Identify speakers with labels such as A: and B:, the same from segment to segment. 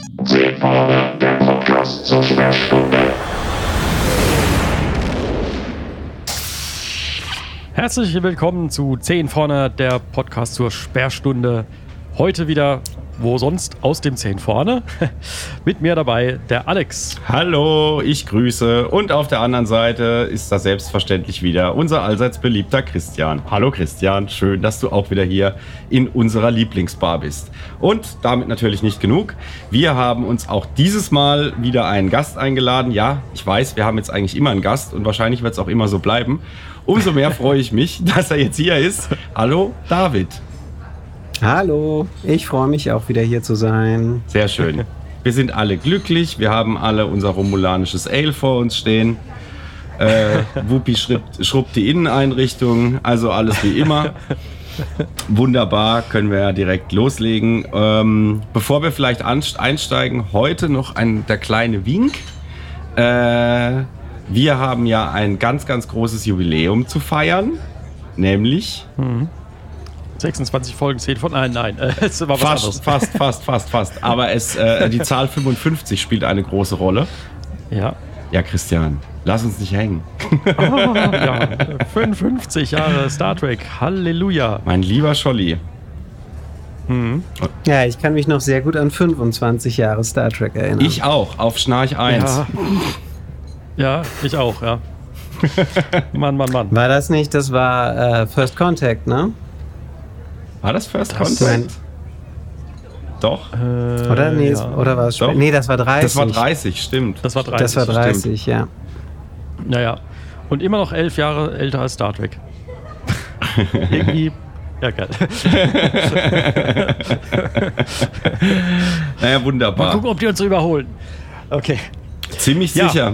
A: Zehnfahne, der Podcast zur Sperrstunde.
B: Herzlich willkommen zu 10 vorne, der Podcast zur Sperrstunde. Heute wieder, wo sonst, aus dem 10 vorne. Mit mir dabei der Alex.
C: Hallo, ich grüße. Und auf der anderen Seite ist da selbstverständlich wieder unser allseits beliebter Christian. Hallo Christian, schön, dass du auch wieder hier in unserer Lieblingsbar bist. Und damit natürlich nicht genug. Wir haben uns auch dieses Mal wieder einen Gast eingeladen. Ja, ich weiß, wir haben jetzt eigentlich immer einen Gast und wahrscheinlich wird es auch immer so bleiben. Umso mehr freue ich mich, dass er jetzt hier ist. Hallo, David.
D: Hallo, ich freue mich auch wieder hier zu sein.
C: Sehr schön. Wir sind alle glücklich, wir haben alle unser romulanisches Ale vor uns stehen. Wuppi schrubbt die Inneneinrichtung, also alles wie immer. Wunderbar, können wir ja direkt loslegen. Bevor wir vielleicht einsteigen, heute noch der kleine Wink. Wir haben ja ein ganz, ganz großes Jubiläum zu feiern, nämlich...
B: 26 Folgen, 10 von... Nein, es war was anderes.
C: Fast. Aber die Zahl 55 spielt eine große Rolle.
B: Ja.
C: Ja, Christian, lass uns nicht hängen.
B: Ja, 55 Jahre Star Trek, Halleluja.
C: Mein lieber Scholli.
D: Ja, ich kann mich noch sehr gut an 25 Jahre Star Trek erinnern.
C: Ich auch, auf Schnarch 1.
B: Ja, ich auch, ja. Mann.
D: War das nicht, das war First Contact, ne?
C: War das First Contact? Doch.
D: Oder? Nee,
B: ja.
D: Oder war es
C: Doch.
D: Nee, das war 30.
C: Das war 30, stimmt.
B: Das war 30.
D: Das war 30,
C: stimmt.
D: ja.
B: Naja. Und immer noch 11 Jahre älter als Star Trek. Irgendwie... Ja, geil.
C: Naja, wunderbar.
B: Mal gucken, ob die uns so überholen. Okay.
C: Ziemlich sicher.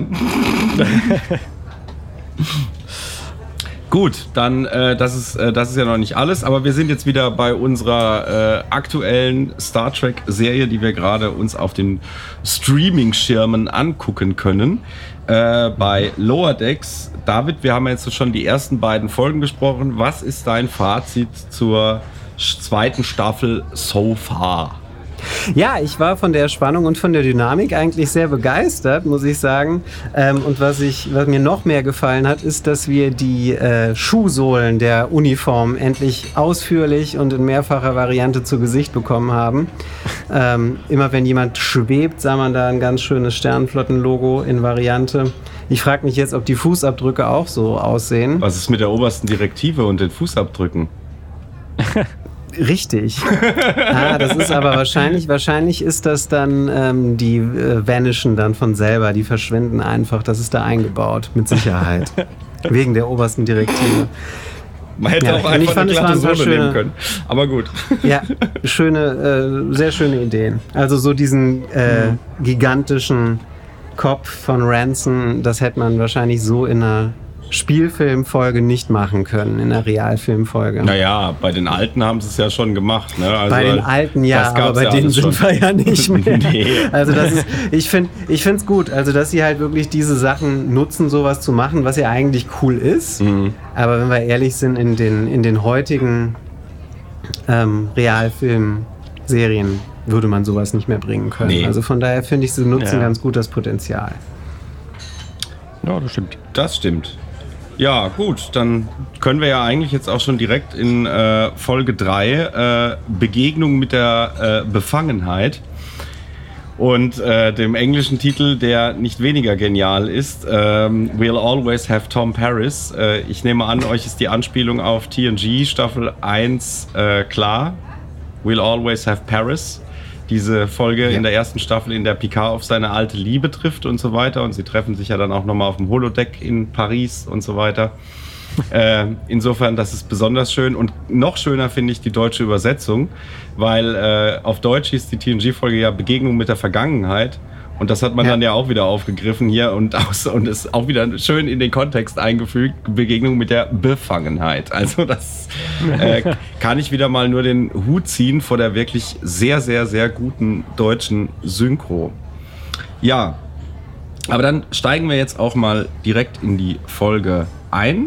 C: Gut, dann das ist ja noch nicht alles, aber wir sind jetzt wieder bei unserer aktuellen Star Trek-Serie, die wir gerade uns auf den Streaming-Schirmen angucken können. Bei Lower Decks. David, wir haben jetzt schon die ersten beiden Folgen besprochen. Was ist dein Fazit zur zweiten Staffel so far?
D: Ja, ich war von der Spannung und von der Dynamik eigentlich sehr begeistert, muss ich sagen. Und was mir noch mehr gefallen hat, ist, dass wir die Schuhsohlen der Uniform endlich ausführlich und in mehrfacher Variante zu Gesicht bekommen haben. Immer wenn jemand schwebt, sah man da ein ganz schönes Sternenflotten-Logo in Variante. Ich frage mich jetzt, ob die Fußabdrücke auch so aussehen.
C: Was ist mit der obersten Direktive und den Fußabdrücken?
D: Richtig. Das ist aber wahrscheinlich ist das dann, die vanishen dann von selber, die verschwinden einfach, das ist da eingebaut, mit Sicherheit. Wegen der obersten Direktive.
C: Man hätte auch einfach eine glatte Sohle nehmen können, aber gut.
D: Ja, sehr schöne Ideen. Also so diesen gigantischen Kopf von Ransom, das hätte man wahrscheinlich so in einer Spielfilmfolge nicht machen können, in einer Realfilmfolge.
C: Naja, bei den Alten haben sie es ja schon gemacht. Ne? Also,
D: bei den Alten ja, aber bei denen sind wir ja nicht mehr. Nee. Also das ist, ich finde es gut, also dass sie halt wirklich diese Sachen nutzen, sowas zu machen, was ja eigentlich cool ist. Mhm. Aber wenn wir ehrlich sind, in den heutigen Realfilmserien würde man sowas nicht mehr bringen können. Nee. Also von daher finde ich, sie nutzen ganz gut das Potenzial.
B: Ja, das stimmt.
C: Das stimmt. Ja, gut, dann können wir ja eigentlich jetzt auch schon direkt in Folge 3 Begegnung mit der Befangenheit und dem englischen Titel, der nicht weniger genial ist, We'll Always Have Tom Paris. Ich nehme an, euch ist die Anspielung auf TNG Staffel 1 klar. We'll Always Have Paris. Diese Folge in der ersten Staffel, in der Picard auf seine alte Liebe trifft und so weiter. Und sie treffen sich ja dann auch nochmal auf dem Holodeck in Paris und so weiter. Insofern, das ist besonders schön. Und noch schöner finde ich die deutsche Übersetzung, weil auf Deutsch hieß die TNG-Folge ja Begegnung mit der Vergangenheit. Und das hat man dann ja auch wieder aufgegriffen hier und ist auch wieder schön in den Kontext eingefügt, Begegnung mit der Befangenheit. Also das kann ich wieder mal nur den Hut ziehen vor der wirklich sehr, sehr, sehr guten deutschen Synchro. Ja, aber dann steigen wir jetzt auch mal direkt in die Folge ein.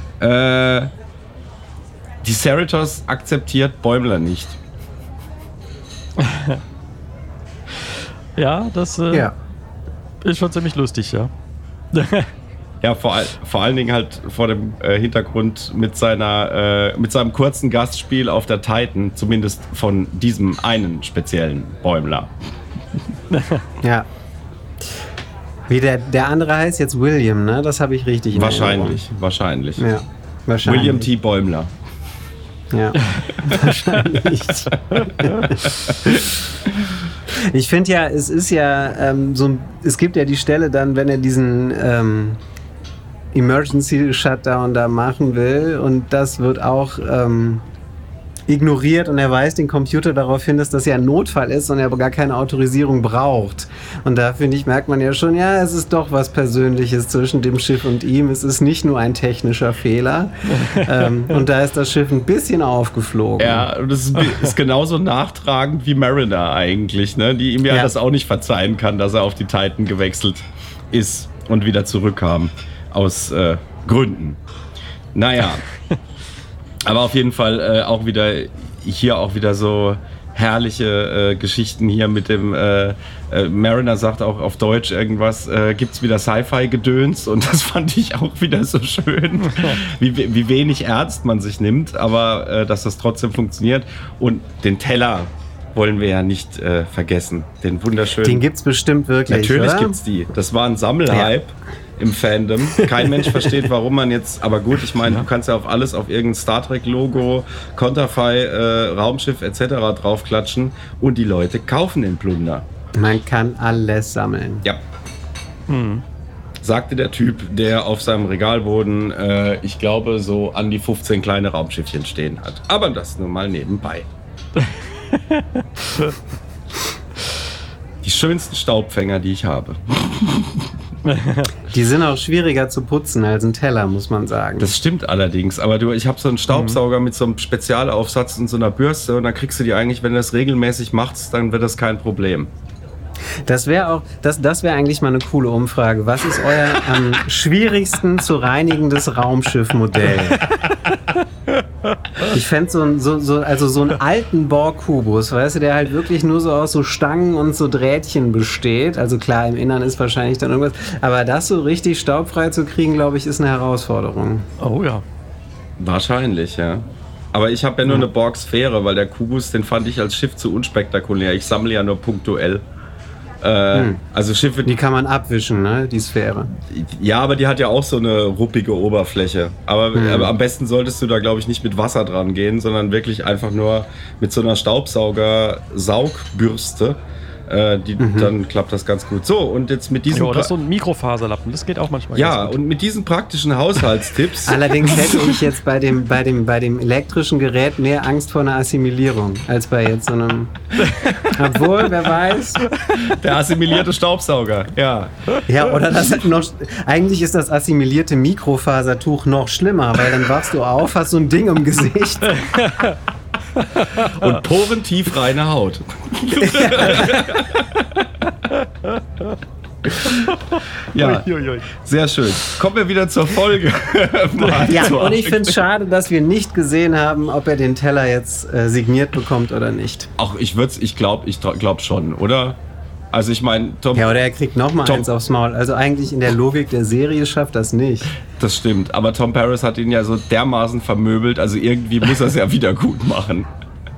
C: Die Cerritos akzeptiert Bäumler nicht.
B: Ja, das ist schon ziemlich lustig, ja.
C: Ja, vor allen Dingen halt vor dem Hintergrund mit seinem kurzen Gastspiel auf der Titan, zumindest von diesem einen speziellen Bäumler.
D: Ja. Wie der andere heißt jetzt William, ne? Das habe ich richtig in
C: Wahrscheinlich.
D: Ja, wahrscheinlich.
C: William T. Bäumler.
D: Ja, wahrscheinlich. Ich finde ja, es ist ja es gibt ja die Stelle dann, wenn er diesen Emergency Shutdown da machen will und das wird auch ignoriert und er weist den Computer darauf hin, dass das ja ein Notfall ist und er aber gar keine Autorisierung braucht. Und da, finde ich, merkt man ja schon, ja, es ist doch was Persönliches zwischen dem Schiff und ihm. Es ist nicht nur ein technischer Fehler. Und da ist das Schiff ein bisschen aufgeflogen.
C: Ja, und das ist genauso nachtragend wie Mariner eigentlich, ne? Die ihm ja das auch nicht verzeihen kann, dass er auf die Titan gewechselt ist und wieder zurückkam. Aus Gründen. Naja. Aber auf jeden Fall auch wieder so herrliche Geschichten hier mit dem Mariner sagt auch auf Deutsch irgendwas, gibt's wieder Sci-Fi-Gedöns und das fand ich auch wieder so schön, wie wenig ernst man sich nimmt, aber dass das trotzdem funktioniert. Und den Teller wollen wir ja nicht vergessen. Den wunderschönen.
D: Den gibt's bestimmt wirklich.
C: Natürlich
D: oder?
C: Gibt's die. Das war ein Sammelhype. Im Fandom. Kein Mensch versteht, warum man jetzt, aber gut, ich meine, du kannst ja auf alles, auf irgendein Star Trek Logo, Konterfei, Raumschiff etc. draufklatschen und die Leute kaufen den Plunder.
D: Man kann alles sammeln.
C: Ja. Sagte der Typ, der auf seinem Regalboden, ich glaube, so an die 15 kleine Raumschiffchen stehen hat. Aber das nur mal nebenbei. Die schönsten Staubfänger, die ich habe.
D: Die sind auch schwieriger zu putzen als ein Teller, muss man sagen.
C: Das stimmt allerdings, aber ich habe so einen Staubsauger mit so einem Spezialaufsatz und so einer Bürste und dann kriegst du die eigentlich, wenn du das regelmäßig machst, dann wird das kein Problem.
D: Das wäre eigentlich mal eine coole Umfrage. Was ist euer am schwierigsten zu reinigendes Raumschiffmodell? Ich fände so einen alten Borg-Kubus, weißt du, der halt wirklich nur so aus so Stangen und so Drähtchen besteht. Also klar, im Innern ist wahrscheinlich dann irgendwas. Aber das so richtig staubfrei zu kriegen, glaube ich, ist eine Herausforderung.
B: Oh ja.
C: Wahrscheinlich, ja. Aber ich habe ja nur eine Borg-Sphäre, weil der Kubus, den fand ich als Schiff zu unspektakulär. Ich sammle ja nur punktuell. Also Schiffe...
D: Die kann man abwischen, ne? Die Sphäre.
C: Ja, aber die hat ja auch so eine ruppige Oberfläche. Aber am besten solltest du da, glaube ich, nicht mit Wasser dran gehen, sondern wirklich einfach nur mit so einer Staubsauger-Saugbürste. Dann klappt das ganz gut. So, und jetzt mit diesem...
B: das ist so ein Mikrofaserlappen, das geht auch manchmal
C: ja, ganz gut. Und mit diesen praktischen Haushaltstipps...
D: Allerdings hätte ich jetzt bei dem elektrischen Gerät mehr Angst vor einer Assimilierung, als bei jetzt so einem... Obwohl, wer weiß...
C: Der assimilierte Staubsauger, ja.
D: Ja, oder das noch... Eigentlich ist das assimilierte Mikrofasertuch noch schlimmer, weil dann wachst du auf, hast so ein Ding im Gesicht...
C: Und porentief reine Haut. Ja, sehr schön. Kommen wir wieder zur Folge.
D: Ja, und ich finde es schade, dass wir nicht gesehen haben, ob er den Teller jetzt signiert bekommt oder nicht.
C: Ach, ich glaub schon, oder? Also ich meine,
D: ja, oder er kriegt nochmal eins aufs Maul. Also eigentlich in der Logik der Serie schafft das nicht.
C: Das stimmt, aber Tom Paris hat ihn ja so dermaßen vermöbelt, also irgendwie muss er es ja wieder gut machen.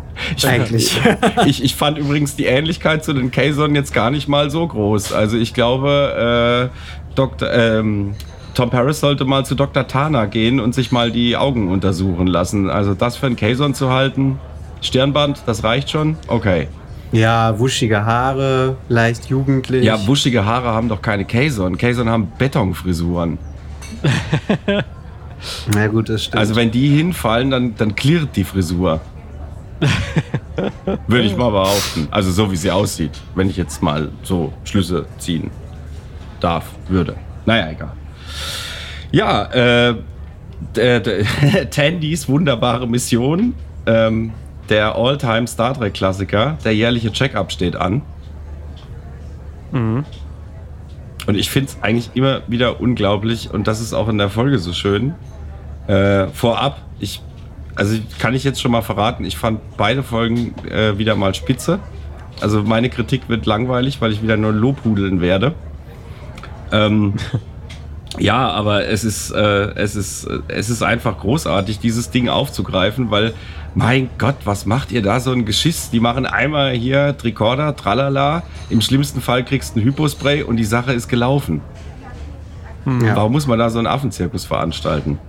C: Ich fand übrigens die Ähnlichkeit zu den Kazon jetzt gar nicht mal so groß. Also ich glaube, Tom Paris sollte mal zu Dr. Tana gehen und sich mal die Augen untersuchen lassen. Also das für einen Kazon zu halten, Stirnband, das reicht schon? Okay.
D: Ja, wuschige Haare, leicht jugendlich.
C: Ja, wuschige Haare haben doch keine Kazon. Kazon haben Betonfrisuren.
D: Na gut, das stimmt.
C: Also wenn die hinfallen, dann klirrt die Frisur. Würde ich mal behaupten. Also so wie sie aussieht, wenn ich jetzt mal so Schlüsse ziehen würde. Naja, egal. Ja, Tandys wunderbare Mission. Der All-Time Star Trek Klassiker, der jährliche Check-up steht an. Mhm. Und ich finde es eigentlich immer wieder unglaublich und das ist auch in der Folge so schön. Vorab, kann ich jetzt schon mal verraten, ich fand beide Folgen wieder mal spitze. Also meine Kritik wird langweilig, weil ich wieder nur lobhudeln werde. Ja, aber es ist einfach großartig, dieses Ding aufzugreifen, weil, mein Gott, was macht ihr da so ein Geschiss? Die machen einmal hier Tricorder, tralala, im schlimmsten Fall kriegst du ein Hypospray und die Sache ist gelaufen.
D: Ja.
C: Warum muss man da so einen Affenzirkus veranstalten?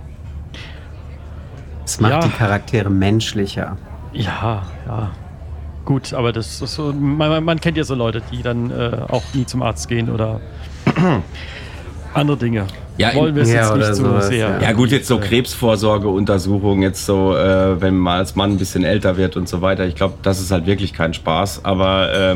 D: Es macht
B: Ja.
D: die Charaktere menschlicher.
B: Ja. Gut, aber das ist so, man kennt ja so Leute, die dann auch nie zum Arzt gehen oder andere Dinge.
C: Ja,
B: Wollen wir es
D: ja,
B: jetzt
D: oder
B: nicht so
D: sowas,
B: sehr.
C: Ja gut, jetzt so Krebsvorsorgeuntersuchungen, jetzt so, wenn man als Mann ein bisschen älter wird und so weiter. Ich glaube, das ist halt wirklich kein Spaß. Aber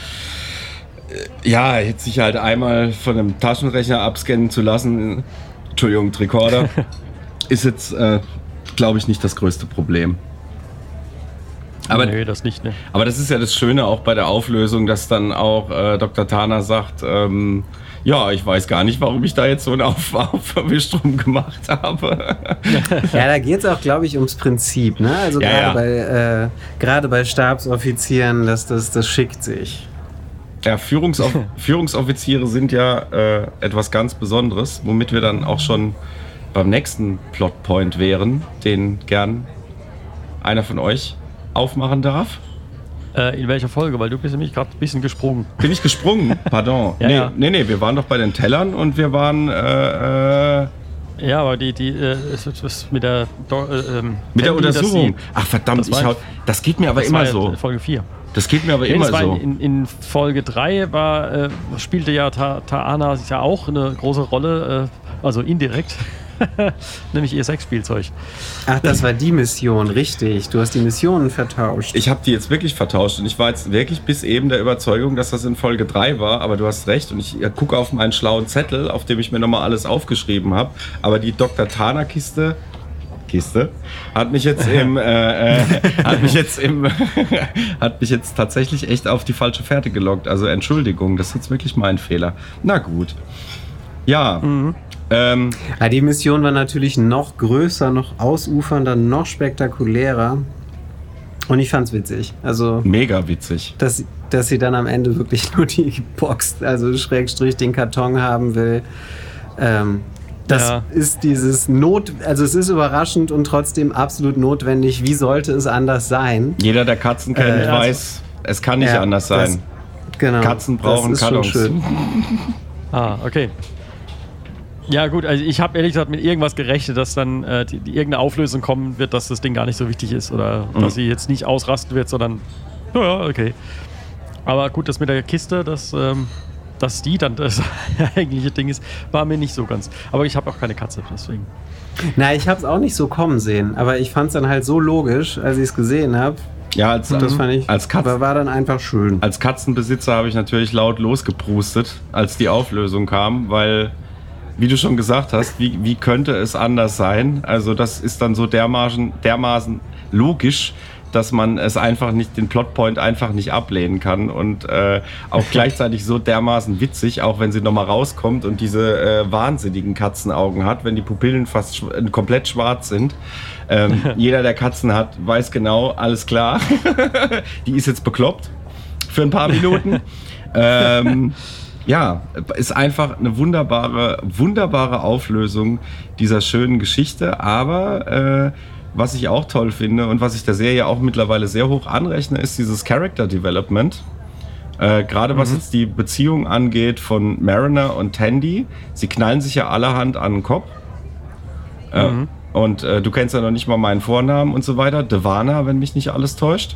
C: ja, jetzt sich halt einmal von einem Taschenrechner abscannen zu lassen, Entschuldigung, Tricorder, ist jetzt, glaube ich, nicht das größte Problem. Aber,
B: Nee, das nicht, ne?
C: aber das ist ja das Schöne auch bei der Auflösung, dass dann auch Dr. Tana sagt, ja, ich weiß gar nicht, warum ich da jetzt so einen Aufwisch drum gemacht habe.
D: Ja, da geht es auch, glaube ich, ums Prinzip. Ne? Also
C: Ja,
D: gerade bei Stabsoffizieren, das schickt sich.
C: Ja, Führungsoffiziere sind ja etwas ganz Besonderes, womit wir dann auch schon beim nächsten Plotpoint wären, den gern einer von euch aufmachen darf.
B: In welcher Folge? Weil du bist nämlich gerade ein bisschen gesprungen.
C: Bin ich gesprungen? Pardon.
B: Ja, ja.
C: Nee, wir waren doch bei den Tellern und wir waren
B: Ja, aber ist mit der
C: mit der
B: Handy, dass
C: Untersuchung.
B: sie-
C: Ach verdammt,
B: das war-
C: das geht mir aber
B: das
C: immer
B: war ja
C: so.
B: Folge 4.
C: Das geht mir aber
B: Nee,
C: immer
B: das war
C: so.
B: in Folge 3 spielte ja Taana ja auch eine große Rolle, also indirekt, nämlich ihr Sexspielzeug.
D: Ach, das war die Mission, richtig. Du hast die Missionen vertauscht.
C: Ich habe die jetzt wirklich vertauscht und ich war jetzt wirklich bis eben der Überzeugung, dass das in Folge 3 war, aber du hast recht und ich gucke auf meinen schlauen Zettel, auf dem ich mir nochmal alles aufgeschrieben habe, aber die Dr. Tana Kiste hat mich jetzt hat mich jetzt tatsächlich echt auf die falsche Fährte gelockt. Also Entschuldigung, das ist jetzt wirklich mein Fehler. Na gut. Ja.
D: Ja, die Mission war natürlich noch größer, noch ausufernder, noch spektakulärer. Und ich fand's witzig. Also,
C: Mega witzig.
D: dass sie dann am Ende wirklich nur die Box, also Schrägstrich den Karton haben will. Das
B: Ja.
D: ist dieses also es ist überraschend und trotzdem absolut notwendig. Wie sollte es anders sein?
C: Jeder, der Katzen kennt, weiß, es kann nicht
D: Ja,
C: anders sein.
D: Genau.
C: Katzen brauchen
D: das ist schon
C: Kartons.
D: schön.
B: Ah, okay. Ja gut, also ich habe ehrlich gesagt mit irgendwas gerechnet, dass dann irgendeine Auflösung kommen wird, dass das Ding gar nicht so wichtig ist oder dass sie jetzt nicht ausrasten wird, sondern ja, okay. Aber gut, das mit der Kiste, dass die dann das eigentliche Ding ist, war mir nicht so ganz. Aber ich habe auch keine Katze, deswegen.
D: Na, ich habe es auch nicht so kommen sehen, aber ich fand es dann halt so logisch, als ich es gesehen habe.
C: Ja,
D: Das fand ich,
C: als
D: war dann einfach schön.
C: Als Katzenbesitzer habe ich natürlich laut losgeprustet, als die Auflösung kam, weil, wie du schon gesagt hast, wie könnte es anders sein? Also das ist dann so dermaßen logisch, dass man es einfach nicht, den Plotpoint einfach nicht ablehnen kann und auch gleichzeitig so dermaßen witzig, auch wenn sie nochmal rauskommt und diese wahnsinnigen Katzenaugen hat, wenn die Pupillen fast komplett schwarz sind. Jeder, der Katzen hat, weiß genau, alles klar, die ist jetzt bekloppt für ein paar Minuten. Ja, ist einfach eine wunderbare Auflösung dieser schönen Geschichte, aber was ich auch toll finde und was ich der Serie auch mittlerweile sehr hoch anrechne, ist dieses Character Development. Gerade was jetzt die Beziehung angeht von Mariner und Tandy. Sie knallen sich ja allerhand an den Kopf. Und du kennst ja noch nicht mal meinen Vornamen und so weiter. Devana, wenn mich nicht alles täuscht.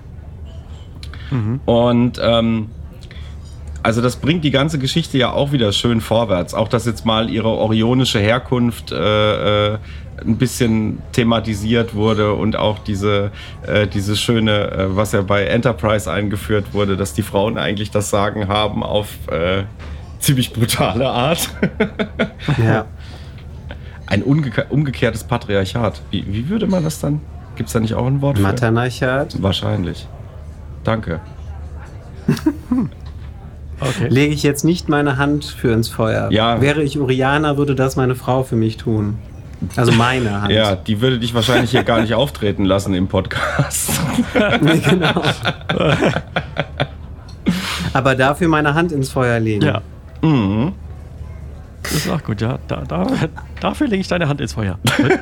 C: Und also das bringt die ganze Geschichte ja auch wieder schön vorwärts. Auch dass jetzt mal ihre orionische Herkunft ein bisschen thematisiert wurde und auch diese schöne, was ja bei Enterprise eingeführt wurde, dass die Frauen eigentlich das Sagen haben auf ziemlich brutale Art.
D: Ja.
C: Ein umgekehrtes Patriarchat. Wie würde man das dann? Gibt es da nicht auch ein Wort für?
D: Maternarchat.
C: Wahrscheinlich. Danke.
B: Okay.
D: Lege ich jetzt nicht meine Hand für ins Feuer.
C: Ja.
D: Wäre ich Urianer, würde das meine Frau für mich tun. Also meine Hand.
C: Ja, die würde dich wahrscheinlich hier gar nicht auftreten lassen im Podcast.
D: Nee, genau. Aber dafür meine Hand ins Feuer legen.
B: Ja. Das ist auch gut, ja. Dafür lege ich deine Hand ins Feuer.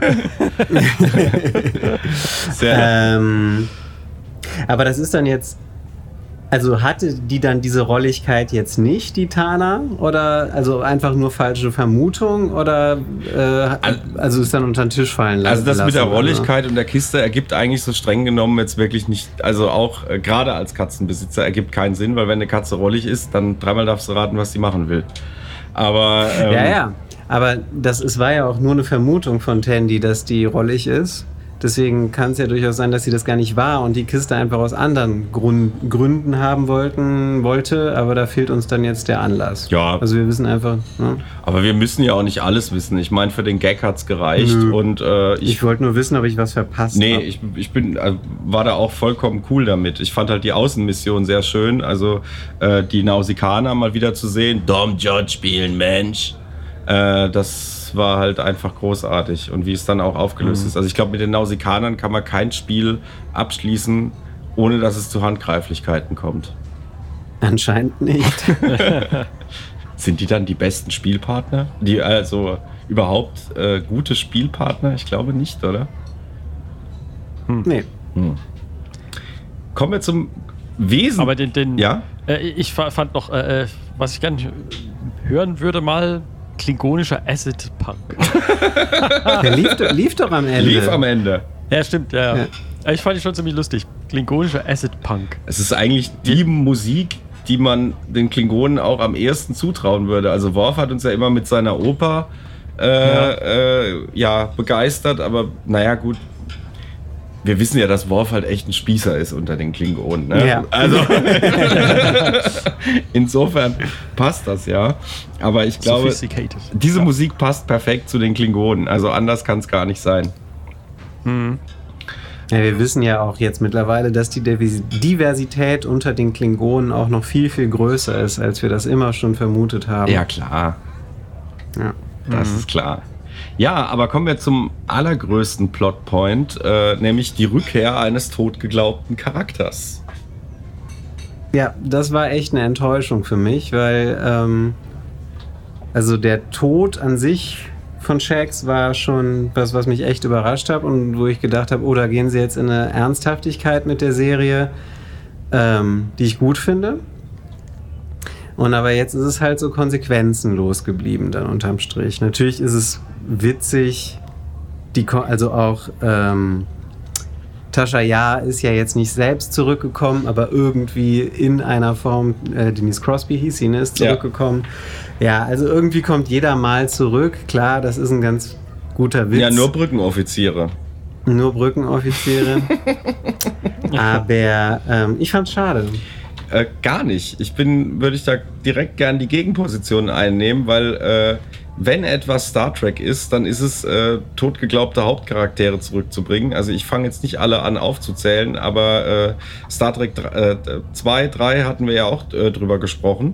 C: Sehr.
D: Aber das ist dann jetzt. Also hatte die dann diese Rolligkeit jetzt nicht, die Tana? Oder also einfach nur falsche Vermutung? Oder also ist dann unter den Tisch fallen lassen?
C: Also das mit der Rolligkeit und der Kiste ergibt eigentlich so streng genommen jetzt wirklich nicht, also auch gerade als Katzenbesitzer ergibt keinen Sinn, weil wenn eine Katze rollig ist, dann dreimal darfst du raten, was sie machen will. Aber
D: ja. Aber war ja auch nur eine Vermutung von Tandy, dass die rollig ist. Deswegen kann es ja durchaus sein, dass sie das gar nicht war und die Kiste einfach aus anderen Gründen haben wollte, aber da fehlt uns dann jetzt der Anlass.
C: Ja.
D: Also wir wissen einfach. Ne?
C: Aber wir müssen ja auch nicht alles wissen. Ich meine, für den Gag hat's gereicht.
D: Nö.
C: Und
D: ich wollte nur wissen, ob ich was verpasst habe.
C: Nee, ich war da auch vollkommen cool damit. Ich fand halt die Außenmission sehr schön. Also die Nausikaner mal wieder zu sehen. Dom Judge spielen, Mensch. Das war halt einfach großartig. Und wie es dann auch aufgelöst ist. Also ich glaube, mit den Nausikanern kann man kein Spiel abschließen, ohne dass es zu Handgreiflichkeiten kommt.
D: Anscheinend nicht.
C: Sind die dann die besten Spielpartner? Die also überhaupt gute Spielpartner? Ich glaube nicht, oder?
D: Nee.
C: Kommen wir zum Wesen.
B: Aber den
C: ja?
B: Ich fand noch, was ich gerne hören würde, mal klingonischer Acid Punk.
D: Der lief doch am Ende.
C: Lief am Ende.
B: Ja, stimmt, ja. Ich fand ihn schon ziemlich lustig. Klingonischer Acid Punk.
C: Es ist eigentlich die Musik, die man den Klingonen auch am ehesten zutrauen würde. Also Worf hat uns ja immer mit seiner Oper begeistert, aber naja, gut. Wir wissen ja, dass Worf halt echt ein Spießer ist unter den Klingonen. Ne?
D: Ja.
C: Also insofern passt das ja. Aber ich glaube, diese Musik passt perfekt zu den Klingonen. Also anders kann es gar nicht sein.
D: Ja, wir wissen ja auch jetzt mittlerweile, dass die Diversität unter den Klingonen auch noch viel, viel größer ist, als wir das immer schon vermutet haben.
C: Ja, klar.
D: Ja.
C: Das ist klar. Ja, aber kommen wir zum allergrößten Plotpoint, nämlich die Rückkehr eines totgeglaubten Charakters.
D: Ja, das war echt eine Enttäuschung für mich, weil also der Tod an sich von Shax war schon was mich echt überrascht hat und wo ich gedacht habe, oh, da gehen sie jetzt in eine Ernsthaftigkeit mit der Serie, die ich gut finde. Und aber jetzt ist es halt so konsequenzenlos geblieben dann unterm Strich. Natürlich ist es witzig, also auch Tasha Yar ist ja jetzt nicht selbst zurückgekommen, aber irgendwie in einer Form, Denise Crosby hieß sie, ist zurückgekommen. Ja, also irgendwie kommt jeder mal zurück. Klar, das ist ein ganz guter Witz.
C: Ja, nur Brückenoffiziere.
D: Nur Brückenoffiziere. Aber ich fand's schade.
C: Gar nicht. Würde ich da direkt gern die Gegenposition einnehmen, weil wenn etwas Star Trek ist, dann ist es totgeglaubte Hauptcharaktere zurückzubringen. Also ich fange jetzt nicht alle an aufzuzählen, aber Star Trek 2, 3 hatten wir ja auch drüber gesprochen.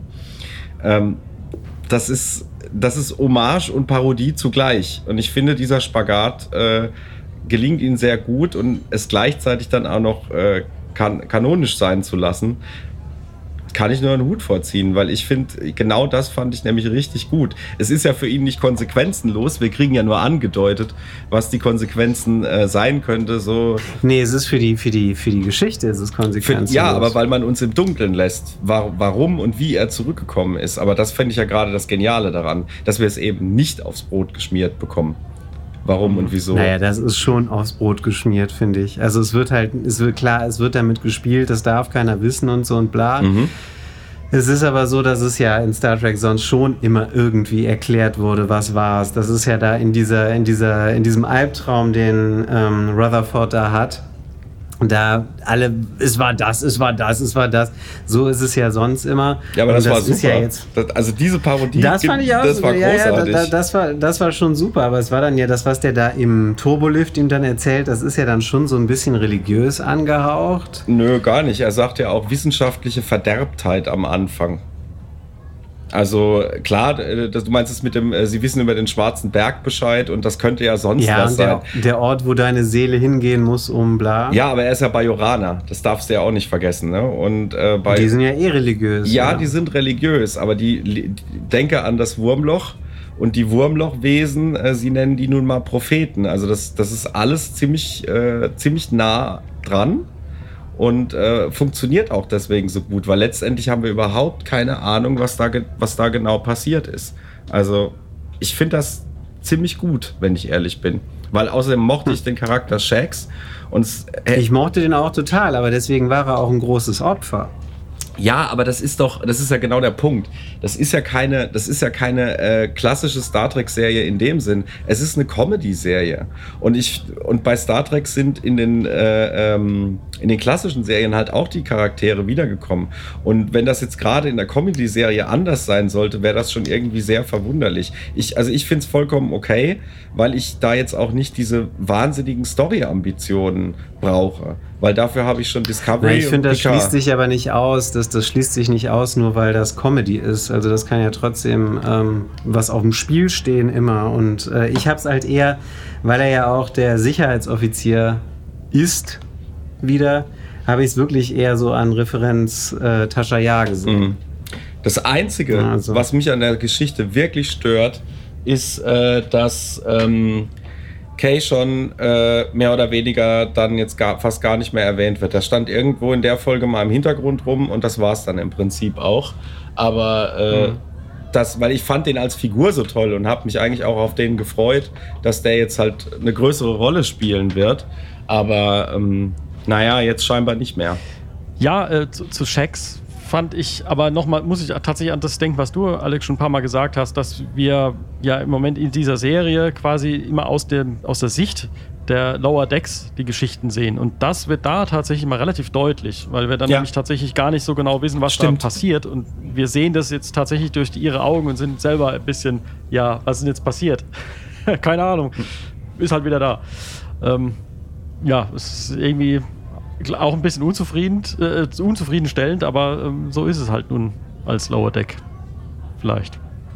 C: Das ist Hommage und Parodie zugleich. Und ich finde, dieser Spagat gelingt ihnen sehr gut und es gleichzeitig dann auch noch kanonisch sein zu lassen, kann ich nur einen Hut vorziehen, weil ich finde, genau das fand ich nämlich richtig gut. Es ist ja für ihn nicht konsequenzenlos, wir kriegen ja nur angedeutet, was die Konsequenzen sein könnte. So.
D: Nee, es ist für die Geschichte ist es konsequenzenlos.
C: Ja, aber weil man uns im Dunkeln lässt, warum und wie er zurückgekommen ist. Aber das fände ich ja gerade das Geniale daran, dass wir es eben nicht aufs Brot geschmiert bekommen. Warum und wieso? Naja,
D: das ist schon aufs Brot geschmiert, finde ich. Also es wird damit gespielt, das darf keiner wissen und so und bla. Es ist aber so, dass es ja in Star Trek sonst schon immer irgendwie erklärt wurde, was war's. Das ist ja da in diesem Albtraum, den Rutherford da hat. Da es war das. So ist es ja sonst immer.
C: Ja, aber das war super.
D: Ist ja jetzt,
C: also diese Parodie,
D: das fand ich auch,
C: das war großartig.
D: Das war schon super, aber es war dann ja das, was der da im Turbolift ihm dann erzählt, das ist ja dann schon so ein bisschen religiös angehaucht.
C: Nö, gar nicht. Er sagt ja auch wissenschaftliche Verderbtheit am Anfang. Also klar, du meinst es mit dem, sie wissen über den Schwarzen Berg Bescheid und das könnte ja sonst was sein.
D: Der Ort, wo deine Seele hingehen muss, um bla.
C: Ja, aber er ist ja Bajoraner, das darfst du ja auch nicht vergessen. Ne? Und,
D: die sind ja religiös.
C: Ja, die sind religiös, aber denke an das Wurmloch und die Wurmlochwesen, sie nennen die nun mal Propheten. Also das ist alles ziemlich nah dran. Und funktioniert auch deswegen so gut, weil letztendlich haben wir überhaupt keine Ahnung, was da genau passiert ist. Also ich finde das ziemlich gut, wenn ich ehrlich bin. Weil außerdem mochte ich den Charakter Shax.
D: Ich mochte den auch total, aber deswegen war er auch ein großes Opfer.
C: Ja, aber das ist ja genau der Punkt. Das ist ja keine klassische Star Trek-Serie in dem Sinn. Es ist eine Comedy-Serie. Und bei Star Trek sind in den klassischen Serien halt auch die Charaktere wiedergekommen. Und wenn das jetzt gerade in der Comedy-Serie anders sein sollte, wäre das schon irgendwie sehr verwunderlich. Ich finde es vollkommen okay, weil ich da jetzt auch nicht diese wahnsinnigen Story-Ambitionen brauche. Weil dafür habe ich schon Discovery.
D: Ich finde, das schließt sich aber nicht aus. Das schließt sich nicht aus, nur weil das Comedy ist. Also das kann ja trotzdem was auf dem Spiel stehen immer. Und ich habe es halt eher, weil er ja auch der Sicherheitsoffizier ist, wieder, habe ich es wirklich eher so an Referenz Tascha Yar gesehen.
C: Das Einzige, was mich an der Geschichte wirklich stört, ist, dass Kay schon mehr oder weniger dann jetzt fast gar nicht mehr erwähnt wird. Das stand irgendwo in der Folge mal im Hintergrund rum und das war es dann im Prinzip auch. Aber weil ich fand den als Figur so toll und habe mich eigentlich auch auf den gefreut, dass der jetzt halt eine größere Rolle spielen wird. Aber jetzt scheinbar nicht mehr.
B: Ja, zu Shax fand ich, aber nochmal, muss ich tatsächlich an das denken, was du, Alex, schon ein paar Mal gesagt hast, dass wir ja im Moment in dieser Serie quasi immer aus der Sicht der Lower Decks die Geschichten sehen. Und das wird da tatsächlich mal relativ deutlich, weil wir dann nämlich tatsächlich gar nicht so genau wissen, was da passiert. Und wir sehen das jetzt tatsächlich durch ihre Augen und sind selber ein bisschen, was ist denn jetzt passiert? Keine Ahnung. Ist halt wieder da. Es ist irgendwie auch ein bisschen unzufriedenstellend, aber so ist es halt nun als Lower Deck. Vielleicht.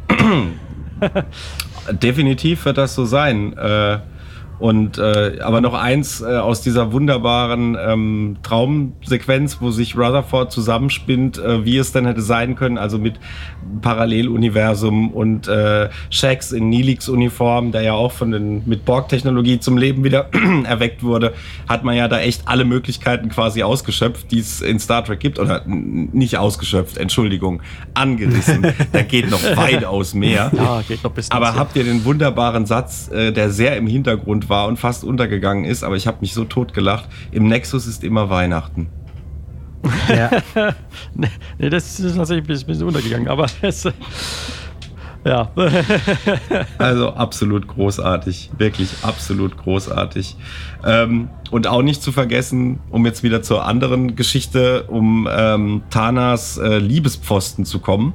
C: Definitiv wird das so sein. Aber noch eins aus dieser wunderbaren Traumsequenz, wo sich Rutherford zusammenspinnt, wie es denn hätte sein können, also mit Paralleluniversum und Shax in Neelix Uniform, der ja auch mit Borg-Technologie zum Leben wieder erweckt wurde, hat man ja da echt alle Möglichkeiten quasi ausgeschöpft, die es in Star Trek gibt, oder nicht ausgeschöpft, Entschuldigung, angerissen. Da geht noch weitaus mehr.
B: Ja, geht noch bis
C: aber habt ihr den wunderbaren Satz, der sehr im Hintergrund war und fast untergegangen ist, aber ich habe mich so totgelacht. Im Nexus ist immer Weihnachten.
B: Ja. Nee, das ist tatsächlich ein bisschen untergegangen, aber es, ja.
C: Also absolut großartig, wirklich absolut großartig. Und auch nicht zu vergessen, um jetzt wieder zur anderen Geschichte, um Tanas Liebespfosten zu kommen.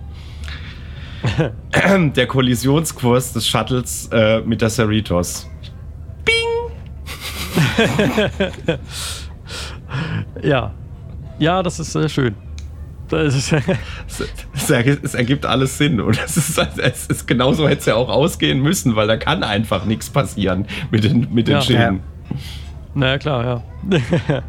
C: Der Kollisionskurs des Shuttles mit der Cerritos.
B: Ja, das ist schön. Es
C: ergibt alles Sinn. Und es ist genauso hätte es ja auch ausgehen müssen, weil da kann einfach nichts passieren mit den Schienen.
B: Ja. Naja, klar, ja.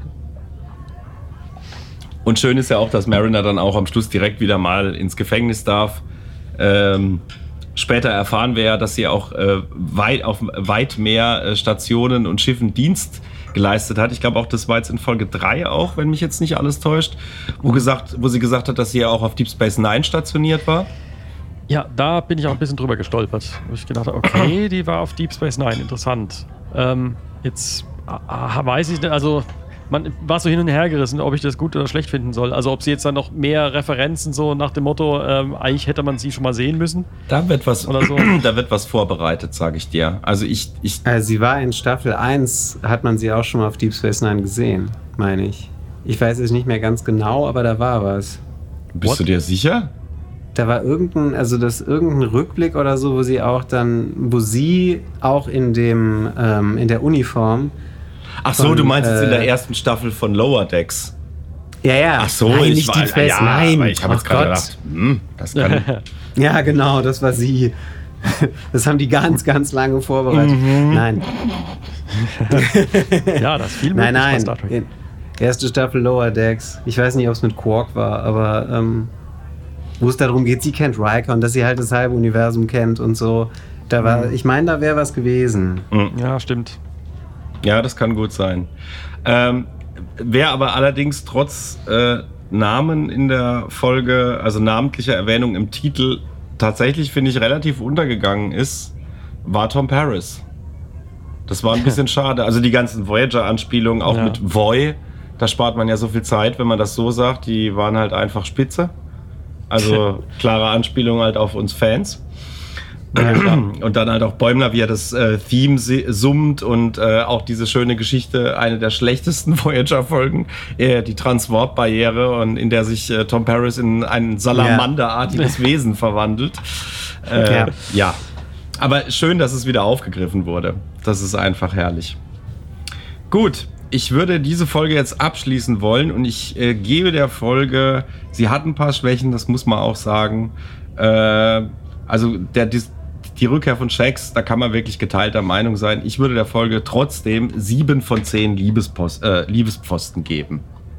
C: Und schön ist ja auch, dass Mariner dann auch am Schluss direkt wieder mal ins Gefängnis darf. Später erfahren wir ja, dass sie auch auf weit mehr Stationen und Schiffen Dienst geleistet hat. Ich glaube auch, das war jetzt in Folge 3 auch, wenn mich jetzt nicht alles täuscht, wo sie gesagt hat, dass sie ja auch auf Deep Space Nine stationiert war.
B: Ja, da bin ich auch ein bisschen drüber gestolpert, wo ich gedacht habe, okay, die war auf Deep Space Nine, interessant. Jetzt weiß ich nicht, also man war so hin und her gerissen, ob ich das gut oder schlecht finden soll. Also ob sie jetzt dann noch mehr Referenzen so nach dem Motto, eigentlich hätte man sie schon mal sehen müssen.
C: Da wird was,
B: oder so.
C: Da wird was vorbereitet, sage ich dir. Also
D: sie war in Staffel 1, hat man sie auch schon mal auf Deep Space Nine gesehen, meine ich. Ich weiß es nicht mehr ganz genau, aber da war was.
C: Bist du dir sicher?
D: Da war irgendein Rückblick oder so, wo sie auch in der Uniform.
C: Ach so, du meinst jetzt in der ersten Staffel von Lower Decks.
D: Ja.
C: Ach so,
D: nein,
C: ich
D: nicht
C: war,
D: die Fest.
C: ja,
D: Nein,
C: aber ich habe jetzt gerade gedacht, das kann...
D: Ja, genau, das war sie. Das haben die ganz, ganz lange vorbereitet. Nein.
B: Ja, das ist viel möglich bei Star Trek.
D: Nein. Erste Staffel Lower Decks. Ich weiß nicht, ob es mit Quark war, aber wo es darum geht, sie kennt Riker und dass sie halt das halbe Universum kennt und so. Da war, ich meine, da wäre was gewesen.
B: Ja, stimmt.
C: Ja, das kann gut sein. Wer aber allerdings trotz Namen in der Folge, also namentlicher Erwähnung im Titel, tatsächlich, finde ich, relativ untergegangen ist, war Tom Paris. Das war ein bisschen schade. Also die ganzen Voyager-Anspielungen, auch mit Voy, da spart man ja so viel Zeit, wenn man das so sagt. Die waren halt einfach spitze. Also klare Anspielung halt auf uns Fans. Und dann halt auch Bäumler, wie er das Theme summt und auch diese schöne Geschichte, eine der schlechtesten Voyager-Folgen, die Transwarp-Barriere, und in der sich Tom Paris in ein Salamanderartiges Wesen verwandelt. Ja. Aber schön, dass es wieder aufgegriffen wurde. Das ist einfach herrlich. Gut, ich würde diese Folge jetzt abschließen wollen und ich gebe der Folge, sie hat ein paar Schwächen, das muss man auch sagen. Also die Rückkehr von Shax, da kann man wirklich geteilter Meinung sein. Ich würde der Folge trotzdem 7 von 10 Liebespfosten geben.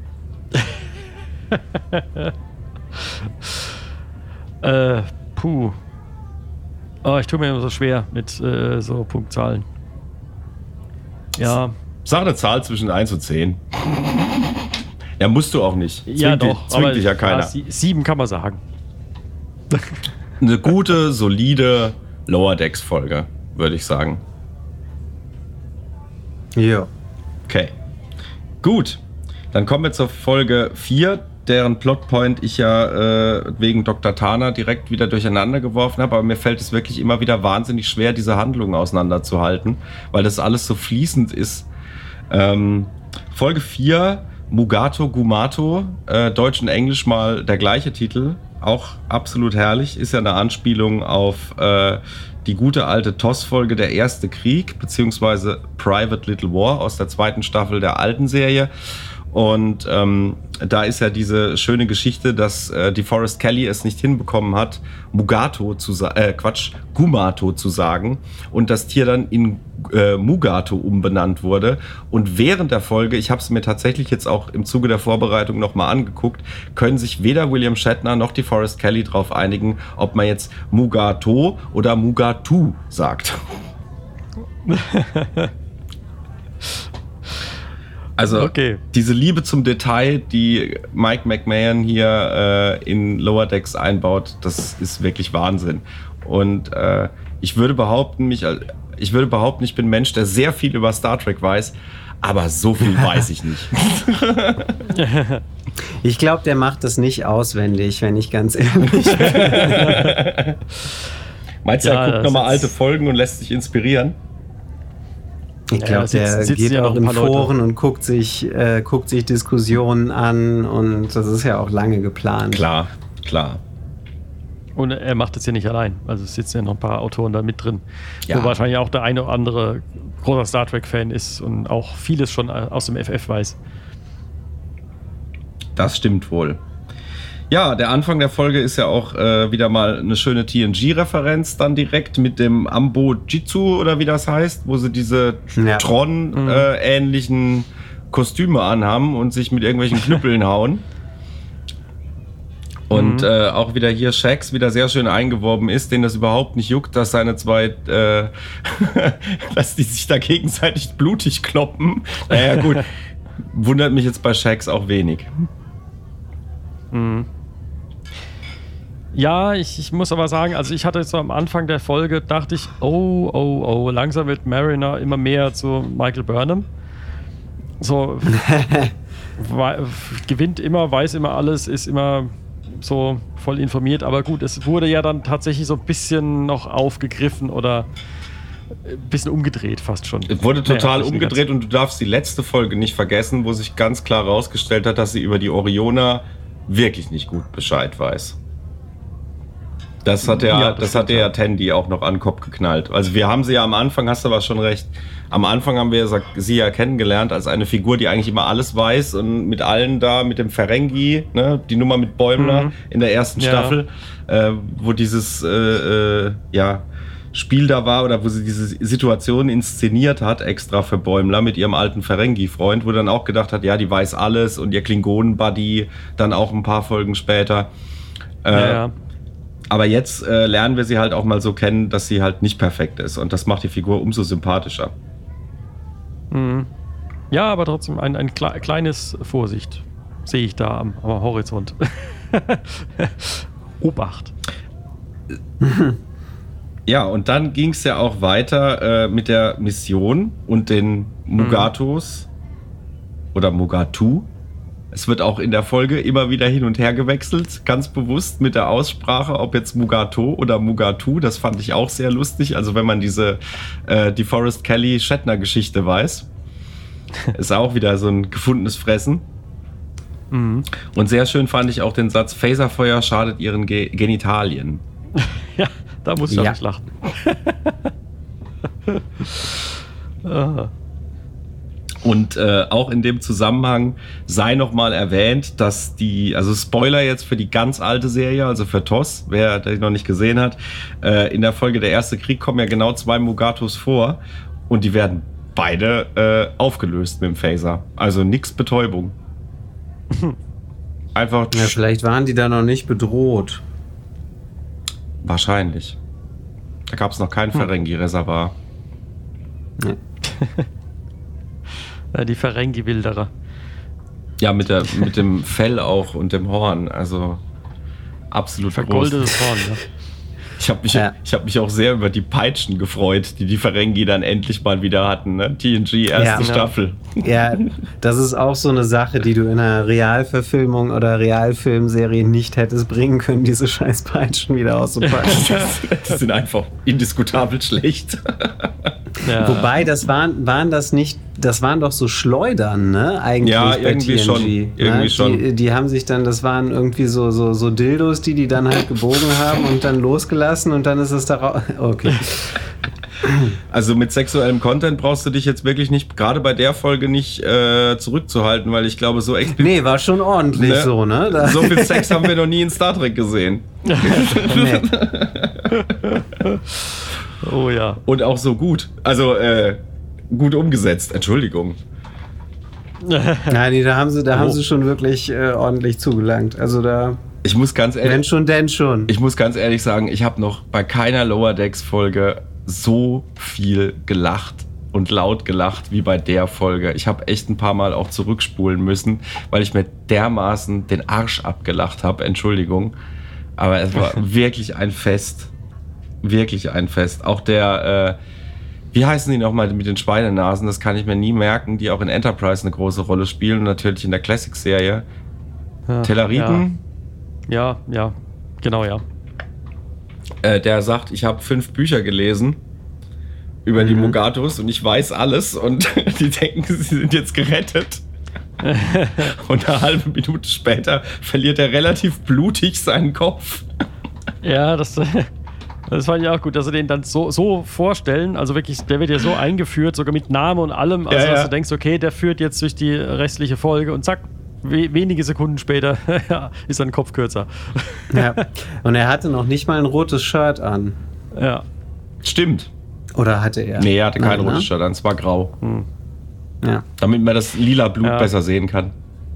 B: Puh. Oh, ich tue mir immer so schwer mit so Punktzahlen. Ja.
C: Sag eine Zahl zwischen 1 und 10. Ja, musst du auch nicht.
B: Zwingt
C: dich ja keiner.
B: 7 kann man sagen.
C: Eine gute, solide Lower Decks Folge, würde ich sagen.
D: Ja.
C: Okay. Gut. Dann kommen wir zur Folge 4, deren Plotpoint ich ja wegen Dr. Tana direkt wieder durcheinander geworfen habe. Aber mir fällt es wirklich immer wieder wahnsinnig schwer, diese Handlungen auseinanderzuhalten, weil das alles so fließend ist. Folge 4, Mugato Gumato, Deutsch und Englisch mal der gleiche Titel. Auch absolut herrlich, ist ja eine Anspielung auf die gute alte TOS-Folge Der Erste Krieg, beziehungsweise Private Little War aus der 2. Staffel der alten Serie. Und da ist ja diese schöne Geschichte, dass DeForest Kelley es nicht hinbekommen hat, Gumato zu sagen und das Tier dann in Mugato umbenannt wurde. Und während der Folge, ich habe es mir tatsächlich jetzt auch im Zuge der Vorbereitung nochmal angeguckt, können sich weder William Shatner noch DeForest Kelley darauf einigen, ob man jetzt Mugato oder Mugatu sagt. Also diese Liebe zum Detail, die Mike McMahon hier in Lower Decks einbaut, das ist wirklich Wahnsinn. Und ich würde behaupten, ich bin ein Mensch, der sehr viel über Star Trek weiß, aber so viel weiß ich nicht.
D: Ich glaube, der macht das nicht auswendig, wenn ich ganz ehrlich bin.
C: Meinst du, er guckt nochmal alte Folgen und lässt sich inspirieren?
D: Ich glaube, der geht ja auch in Foren und guckt sich Diskussionen an und das ist ja auch lange geplant.
C: Klar.
B: Und er macht das ja nicht allein. Also es sitzen ja noch ein paar Autoren da mit drin.
C: Ja.
B: Wo wahrscheinlich auch der eine oder andere großer Star Trek-Fan ist und auch vieles schon aus dem FF weiß.
C: Das stimmt wohl. Ja, der Anfang der Folge ist ja auch wieder mal eine schöne TNG-Referenz dann direkt mit dem Ambo-Jitsu oder wie das heißt, wo sie diese Tron-ähnlichen Kostüme anhaben und sich mit irgendwelchen Knüppeln hauen. Und auch wieder hier Shax wieder sehr schön eingeworben ist, denen das überhaupt nicht juckt, dass seine zwei, dass die sich da gegenseitig blutig kloppen. Naja gut, wundert mich jetzt bei Shax auch wenig.
B: Ja, ich muss aber sagen, also ich hatte jetzt so am Anfang der Folge, dachte ich, oh, langsam wird Mariner immer mehr zu Michael Burnham. So, gewinnt immer, weiß immer alles, ist immer so voll informiert, aber gut, es wurde ja dann tatsächlich so ein bisschen noch aufgegriffen oder ein bisschen umgedreht fast schon.
C: Es wurde total umgedreht und du darfst die letzte Folge nicht vergessen, wo sich ganz klar herausgestellt hat, dass sie über die Orioner wirklich nicht gut Bescheid weiß. Das hat ja Tandy auch noch an den Kopf geknallt. Also wir haben sie ja am Anfang, hast du aber schon recht, am Anfang haben wir sie ja kennengelernt als eine Figur, die eigentlich immer alles weiß und mit allen da, mit dem Ferengi, ne, die Nummer mit Bäumler in der ersten Staffel, wo dieses Spiel da war oder wo sie diese Situation inszeniert hat, extra für Bäumler mit ihrem alten Ferengi-Freund, wo dann auch gedacht hat, ja, die weiß alles und ihr Klingonen-Buddy dann auch ein paar Folgen später. Aber jetzt lernen wir sie halt auch mal so kennen, dass sie halt nicht perfekt ist. Und das macht die Figur umso sympathischer.
B: Mhm. Ja, aber trotzdem ein kleines Vorsicht sehe ich da am Horizont. Obacht.
C: Ja, und dann ging es ja auch weiter mit der Mission und den Mugatos oder Mugatu. Es wird auch in der Folge immer wieder hin und her gewechselt, ganz bewusst mit der Aussprache, ob jetzt Mugato oder Mugatu. Das fand ich auch sehr lustig. Also wenn man die Forrest Kelly Shatner-Geschichte weiß, ist auch wieder so ein gefundenes Fressen. Mhm. Und sehr schön fand ich auch den Satz, Phaserfeuer schadet ihren Genitalien.
B: Ja, da muss ich auch nicht lachen.
C: Und auch in dem Zusammenhang sei nochmal erwähnt, dass also Spoiler jetzt für die ganz alte Serie, also für TOS, wer die noch nicht gesehen hat, in der Folge Der erste Krieg kommen ja genau 2 Mugatos vor und die werden beide aufgelöst mit dem Phaser. Also nix Betäubung. Einfach.
D: Ja, vielleicht waren die da noch nicht bedroht.
C: Wahrscheinlich. Da gab es noch kein Ferengi-Reservoir.
D: Nee.
B: Die Ferengi-Wilderer.
C: Ja, mit dem Fell auch und dem Horn. Also absolut
B: vergoldetes Horn, ja.
C: Ich hab mich auch sehr über die Peitschen gefreut, die Ferengi dann endlich mal wieder hatten. Ne? TNG, erste Staffel.
D: Ja, das ist auch so eine Sache, die du in einer Realverfilmung oder Realfilmserie nicht hättest bringen können, diese scheiß Peitschen wieder auszupacken.
C: Die sind einfach indiskutabel schlecht.
D: Ja. Wobei, das waren doch so Schleudern, ne? Eigentlich
C: ja,
D: bei
C: irgendwie
D: TNG,
C: schon.
D: Ne?
C: Irgendwie schon.
D: Die haben sich dann, das waren irgendwie so Dildos, die dann halt gebogen haben und dann losgelassen und dann ist es da raus. Okay.
C: Also mit sexuellem Content brauchst du dich jetzt wirklich nicht, gerade bei der Folge nicht zurückzuhalten, weil ich glaube, so explizit.
D: Nee, war schon ordentlich so, ne?
C: So viel Sex haben wir noch nie in Star Trek gesehen.
D: Nee.
B: Oh ja.
C: Und auch so gut. Also gut umgesetzt. Entschuldigung.
D: Nein, da haben sie schon wirklich ordentlich zugelangt. Also da.
C: Ich muss ganz ehrlich.
D: Wenn schon, denn schon.
C: Ich muss ganz ehrlich sagen, ich habe noch bei keiner Lower Decks Folge so viel gelacht und laut gelacht wie bei der Folge. Ich habe echt ein paar Mal auch zurückspulen müssen, weil ich mir dermaßen den Arsch abgelacht habe. Entschuldigung. Aber es war wirklich ein Fest. Wirklich ein Fest. Auch der, wie heißen die nochmal mit den Schweinenasen? Das kann ich mir nie merken, die auch in Enterprise eine große Rolle spielen und natürlich in der Classic-Serie. Tellariten?
B: Ja, genau, ja.
C: Der sagt, ich habe 5 Bücher gelesen über die Mugatos und ich weiß alles und die denken, sie sind jetzt gerettet. Und eine halbe Minute später verliert er relativ blutig seinen Kopf.
B: Ja, das fand ich auch gut, dass sie den dann so vorstellen. Also wirklich, der wird ja so eingeführt, sogar mit Name und allem. Also, dass du denkst, okay, der führt jetzt durch die restliche Folge und zack, wenige Sekunden später ist sein Kopf kürzer.
D: Ja, und er hatte noch nicht mal ein rotes Shirt an.
B: Ja.
C: Stimmt.
D: Oder hatte er?
C: Nee, er hatte kein rotes Shirt an, es war grau.
D: Ja.
C: Damit man das lila Blut besser sehen kann.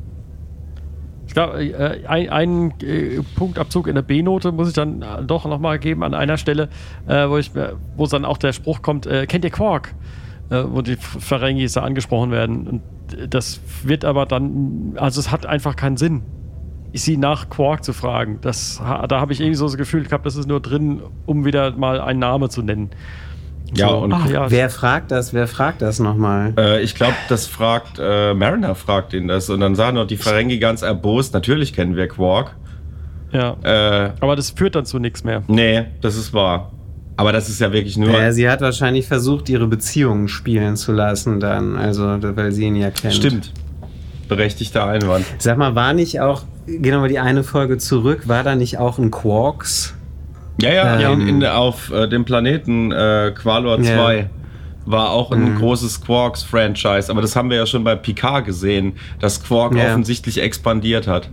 B: Ich glaube, einen Punktabzug in der B-Note muss ich dann doch nochmal geben an einer Stelle, wo dann auch der Spruch kommt, kennt ihr Quark? Wo die Ferengis da angesprochen werden. Und das wird aber dann, also es hat einfach keinen Sinn, sie nach Quark zu fragen. Da habe ich irgendwie so das Gefühl gehabt, das ist nur drin, um wieder mal einen Namen zu nennen.
C: Ja,
B: so,
C: und
D: wer fragt das nochmal?
C: Ich glaube, das fragt, Mariner fragt ihn das. Und dann sagen noch die Ferengi ganz erbost, natürlich kennen wir Quark.
B: Ja, aber das führt dann zu nichts mehr.
C: Nee, das ist wahr. Aber das ist ja wirklich nur...
D: Ja, sie hat wahrscheinlich versucht, ihre Beziehungen spielen zu lassen dann, also weil sie ihn ja kennt.
C: Stimmt. Berechtigter Einwand.
D: Sag mal, war nicht auch, gehen wir mal die eine Folge zurück, war da nicht auch ein Quarks
C: Auf dem Planeten Qualor 2 war auch ein großes Quarks-Franchise. Aber das haben wir ja schon bei Picard gesehen, dass Quark offensichtlich expandiert hat.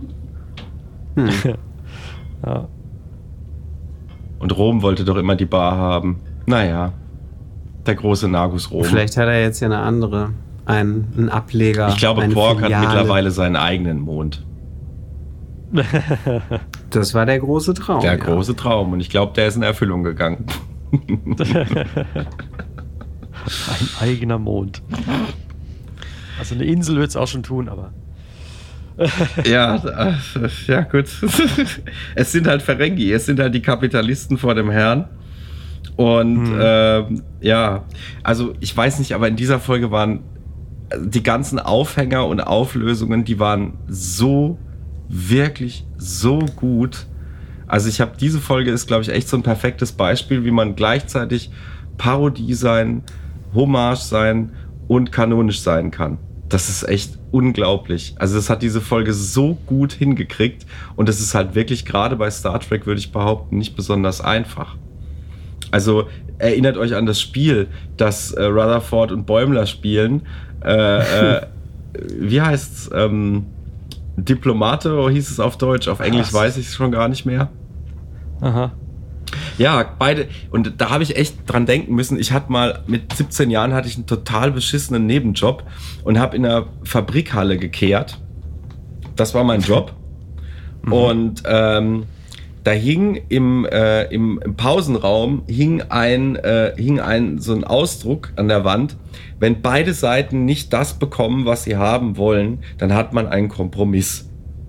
B: Ja.
C: Und Rom wollte doch immer die Bar haben. Naja, der große Nagus Rom.
D: Vielleicht hat er jetzt ja einen Ableger.
C: Ich glaube, Quark hat mittlerweile seinen eigenen Mond.
D: Das war der große Traum.
C: Der große Traum. Und ich glaube, der ist in Erfüllung gegangen.
B: Ein eigener Mond. Also eine Insel wird es auch schon tun, aber...
C: ja, gut. Es sind halt Ferengi, es sind halt die Kapitalisten vor dem Herrn. Und also ich weiß nicht, aber in dieser Folge waren die ganzen Aufhänger und Auflösungen, die waren wirklich so gut. Also diese Folge ist, glaube ich, echt so ein perfektes Beispiel, wie man gleichzeitig Parodie sein, Hommage sein und kanonisch sein kann. Das ist echt unglaublich. Also das hat diese Folge so gut hingekriegt und das ist halt wirklich gerade bei Star Trek, würde ich behaupten, nicht besonders einfach. Also erinnert euch an das Spiel, das Rutherford und Bäumler spielen. Wie heißt's? Diplomate, oder hieß es auf Deutsch? Auf Englisch weiß ich es schon gar nicht mehr.
B: Aha.
C: Ja, beide. Und da habe ich echt dran denken müssen. Ich hatte mal, mit 17 Jahren hatte ich einen total beschissenen Nebenjob und habe in einer Fabrikhalle gekehrt. Das war mein Job. Und da hing im Pausenraum hing so ein Ausdruck an der Wand. Wenn beide Seiten nicht das bekommen, was sie haben wollen, dann hat man einen Kompromiss.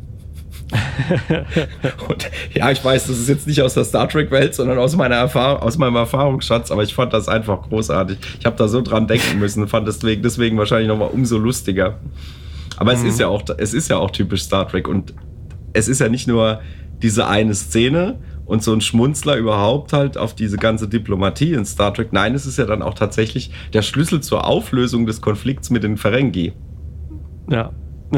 C: Und ja, ich weiß, das ist jetzt nicht aus der Star Trek Welt, sondern aus meinem Erfahrungsschatz, aber ich fand das einfach großartig. Ich habe da so dran denken müssen, fand deswegen wahrscheinlich nochmal umso lustiger. Aber es ist ja auch typisch Star Trek und es ist ja nicht nur diese eine Szene und so ein Schmunzler überhaupt halt auf diese ganze Diplomatie in Star Trek. Nein, es ist ja dann auch tatsächlich der Schlüssel zur Auflösung des Konflikts mit den Ferengi.
B: Ja.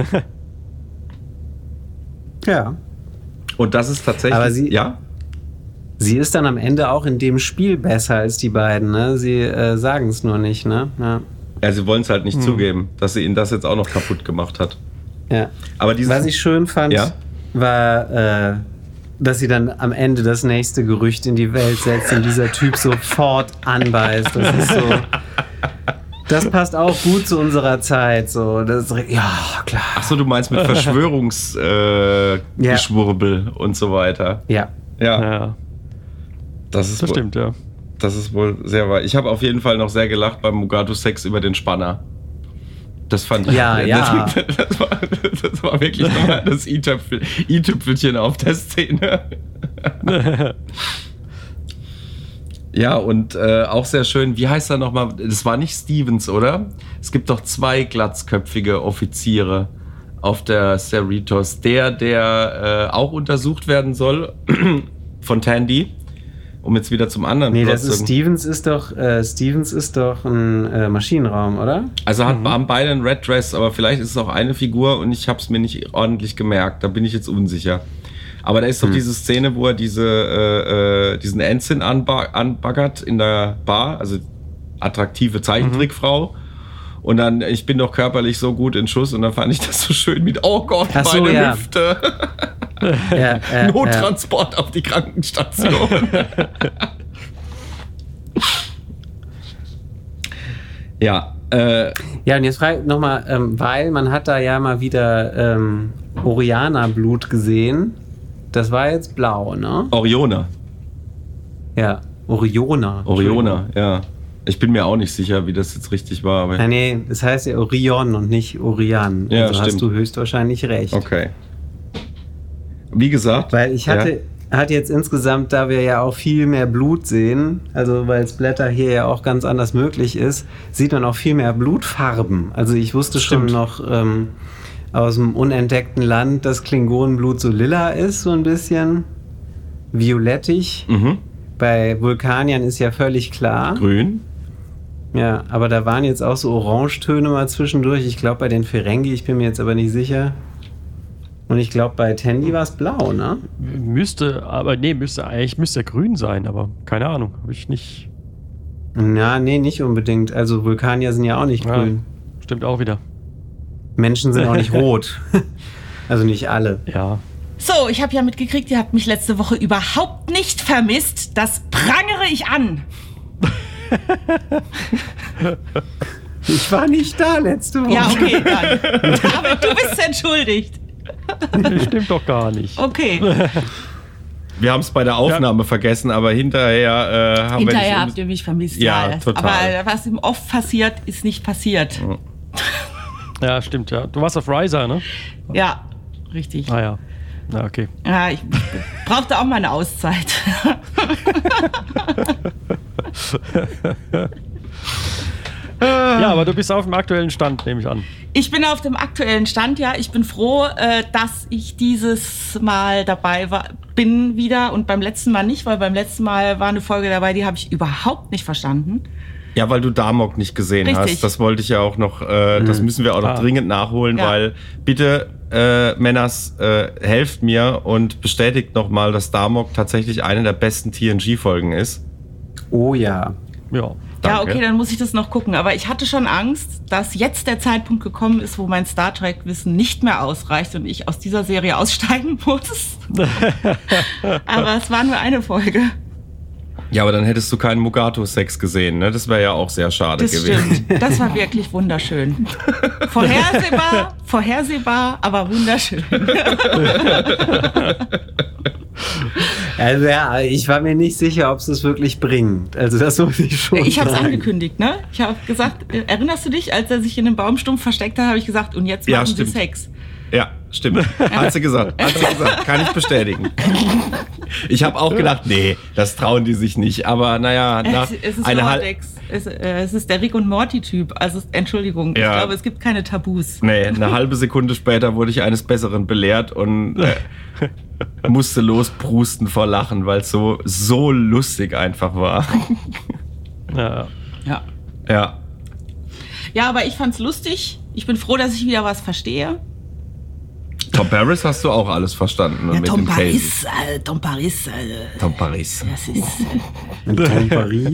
D: Ja.
C: Und das ist tatsächlich...
D: Aber sie ist dann am Ende auch in dem Spiel besser als die beiden, ne? Sie sagen es nur nicht, ne?
C: Ja, sie wollen es halt nicht zugeben, dass sie ihnen das jetzt auch noch kaputt gemacht hat.
D: Ja.
C: Aber
D: was ich schön fand, war, dass sie dann am Ende das nächste Gerücht in die Welt setzt und dieser Typ sofort anbeißt. Das ist so... Das passt auch gut zu unserer Zeit. So. Ja, klar.
C: Achso, du meinst mit Verschwörungsgeschwurbel und so weiter.
D: Ja.
C: Das
B: stimmt, ja.
C: Das ist wohl sehr wahr. Ich habe auf jeden Fall noch sehr gelacht beim Mugatu-Sex über den Spanner. Das fand ich...
D: Ja.
C: Das war wirklich nochmal das i-Tüpfelchen auf der Szene. Ja, und auch sehr schön, wie heißt er nochmal? Das war nicht Stevens, oder? Es gibt doch 2 glatzköpfige Offiziere auf der Cerritos. Der auch untersucht werden soll von Tandy, um jetzt wieder zum anderen
D: Plot das ist Stevens ist doch ein Maschinenraum, oder?
C: Also haben beide ein Red Dress, aber vielleicht ist es auch eine Figur und ich habe es mir nicht ordentlich gemerkt. Da bin ich jetzt unsicher. Aber da ist doch diese Szene, wo er diesen Ensign anbaggert in der Bar, also attraktive Zeichentrickfrau. Und dann, ich bin doch körperlich so gut in Schuss und dann fand ich das so schön mit, oh Gott, meine Hüfte. Nottransport auf die Krankenstation. Ja.
D: Ja, und jetzt frage ich nochmal, weil man hat da ja mal wieder Oriana-Blut gesehen. Das war jetzt blau, ne?
C: Oriona.
D: Ja, Oriona,
C: ja. Ich bin mir auch nicht sicher, wie das jetzt richtig war. Aber
D: nee, das heißt ja Orion und nicht Orian.
C: Ja,
D: also hast du höchstwahrscheinlich recht.
C: Okay. Wie gesagt.
D: Weil ich hatte jetzt insgesamt, da wir ja auch viel mehr Blut sehen, also weil Splatter hier ja auch ganz anders möglich ist, sieht man auch viel mehr Blutfarben. Also ich wusste schon noch aus dem unentdeckten Land, dass Klingonenblut so lila ist, so ein bisschen violettig. Bei Vulkaniern ist ja völlig klar.
C: Grün.
D: Ja, aber da waren jetzt auch so Orangetöne mal zwischendurch. Ich glaube bei den Ferengi, ich bin mir jetzt aber nicht sicher. Und ich glaube, bei Tandy war es blau, ne?
B: Müsste ja grün sein, aber keine Ahnung. Habe ich nicht.
D: Ja, nee, nicht unbedingt. Also Vulkanier sind ja auch nicht grün.
B: Stimmt auch wieder.
D: Menschen sind auch nicht rot. Also nicht alle.
B: Ja.
E: So, ich habe ja mitgekriegt, ihr habt mich letzte Woche überhaupt nicht vermisst. Das prangere ich an.
D: Ich war nicht da letzte Woche.
E: Ja, okay, dann. Aber du bist entschuldigt.
B: Stimmt doch gar nicht.
E: Okay.
C: Wir haben es bei der Aufnahme vergessen, aber hinterher haben
E: Hinterher
C: wir
E: habt ihr mich vermisst.
C: Ja, total.
E: Aber was im Off passiert, ist nicht passiert.
B: Ja, stimmt, ja. Du warst auf Riser, ne?
E: Ja, richtig.
B: Ah ja. Ja, okay.
E: Ja, ich brauchte auch mal eine Auszeit.
B: Ja, aber du bist auf dem aktuellen Stand, nehme ich an.
E: Ich bin auf dem aktuellen Stand, ja. Ich bin froh, dass ich dieses Mal dabei bin wieder und beim letzten Mal nicht, weil beim letzten Mal war eine Folge dabei, die habe ich überhaupt nicht verstanden.
C: Ja, weil du Damok nicht gesehen
E: Richtig.
C: hast. Das wollte ich ja auch noch, das müssen wir auch noch dringend nachholen, weil bitte, Männers, helft mir und bestätigt nochmal, dass Damok tatsächlich eine der besten TNG-Folgen ist.
D: Oh ja.
B: Ja.
E: Ja,
C: Danke.
E: okay, dann muss ich das noch gucken. Aber ich hatte schon Angst, dass jetzt der Zeitpunkt gekommen ist, wo mein Star Trek-Wissen nicht mehr ausreicht und ich aus dieser Serie aussteigen muss. Aber es war nur eine Folge.
C: Ja, aber dann hättest du keinen Mugato-Sex gesehen, ne? Das wäre ja auch sehr schade
E: Das
C: gewesen.
E: stimmt. Das war wirklich wunderschön. Vorhersehbar, aber wunderschön.
D: Also ja, ich war mir nicht sicher, ob es das wirklich bringt. Also das muss ich schon
E: Ich habe es
D: sagen.
E: angekündigt, ne? Ich habe gesagt, erinnerst du dich, als er sich in dem Baumstumpf versteckt hat, habe ich gesagt, und jetzt machen sie
C: stimmt.
E: Sex.
C: Ja, stimmt. Hat sie gesagt. Kann ich bestätigen. Ich habe auch gedacht, nee, das trauen die sich nicht. Aber naja, nach
E: Es ist
C: eine
E: Lordex. Es ist der Rick und Morty-Typ. Also, Entschuldigung,
C: Ja.
E: ich glaube, es gibt keine Tabus.
C: Nee, eine halbe Sekunde später wurde ich eines Besseren belehrt und musste losprusten vor Lachen, weil es so lustig einfach war.
B: Ja.
E: Ja.
C: Ja.
E: Ja, aber ich fand's lustig. Ich bin froh, dass ich wieder was verstehe.
C: Tom Paris hast du auch alles verstanden.
E: Ja,
C: mit
E: Tom
C: dem
E: Paris. Tom Paris.
C: Tom Paris.
E: Das ist.
D: Mit Tom Paris.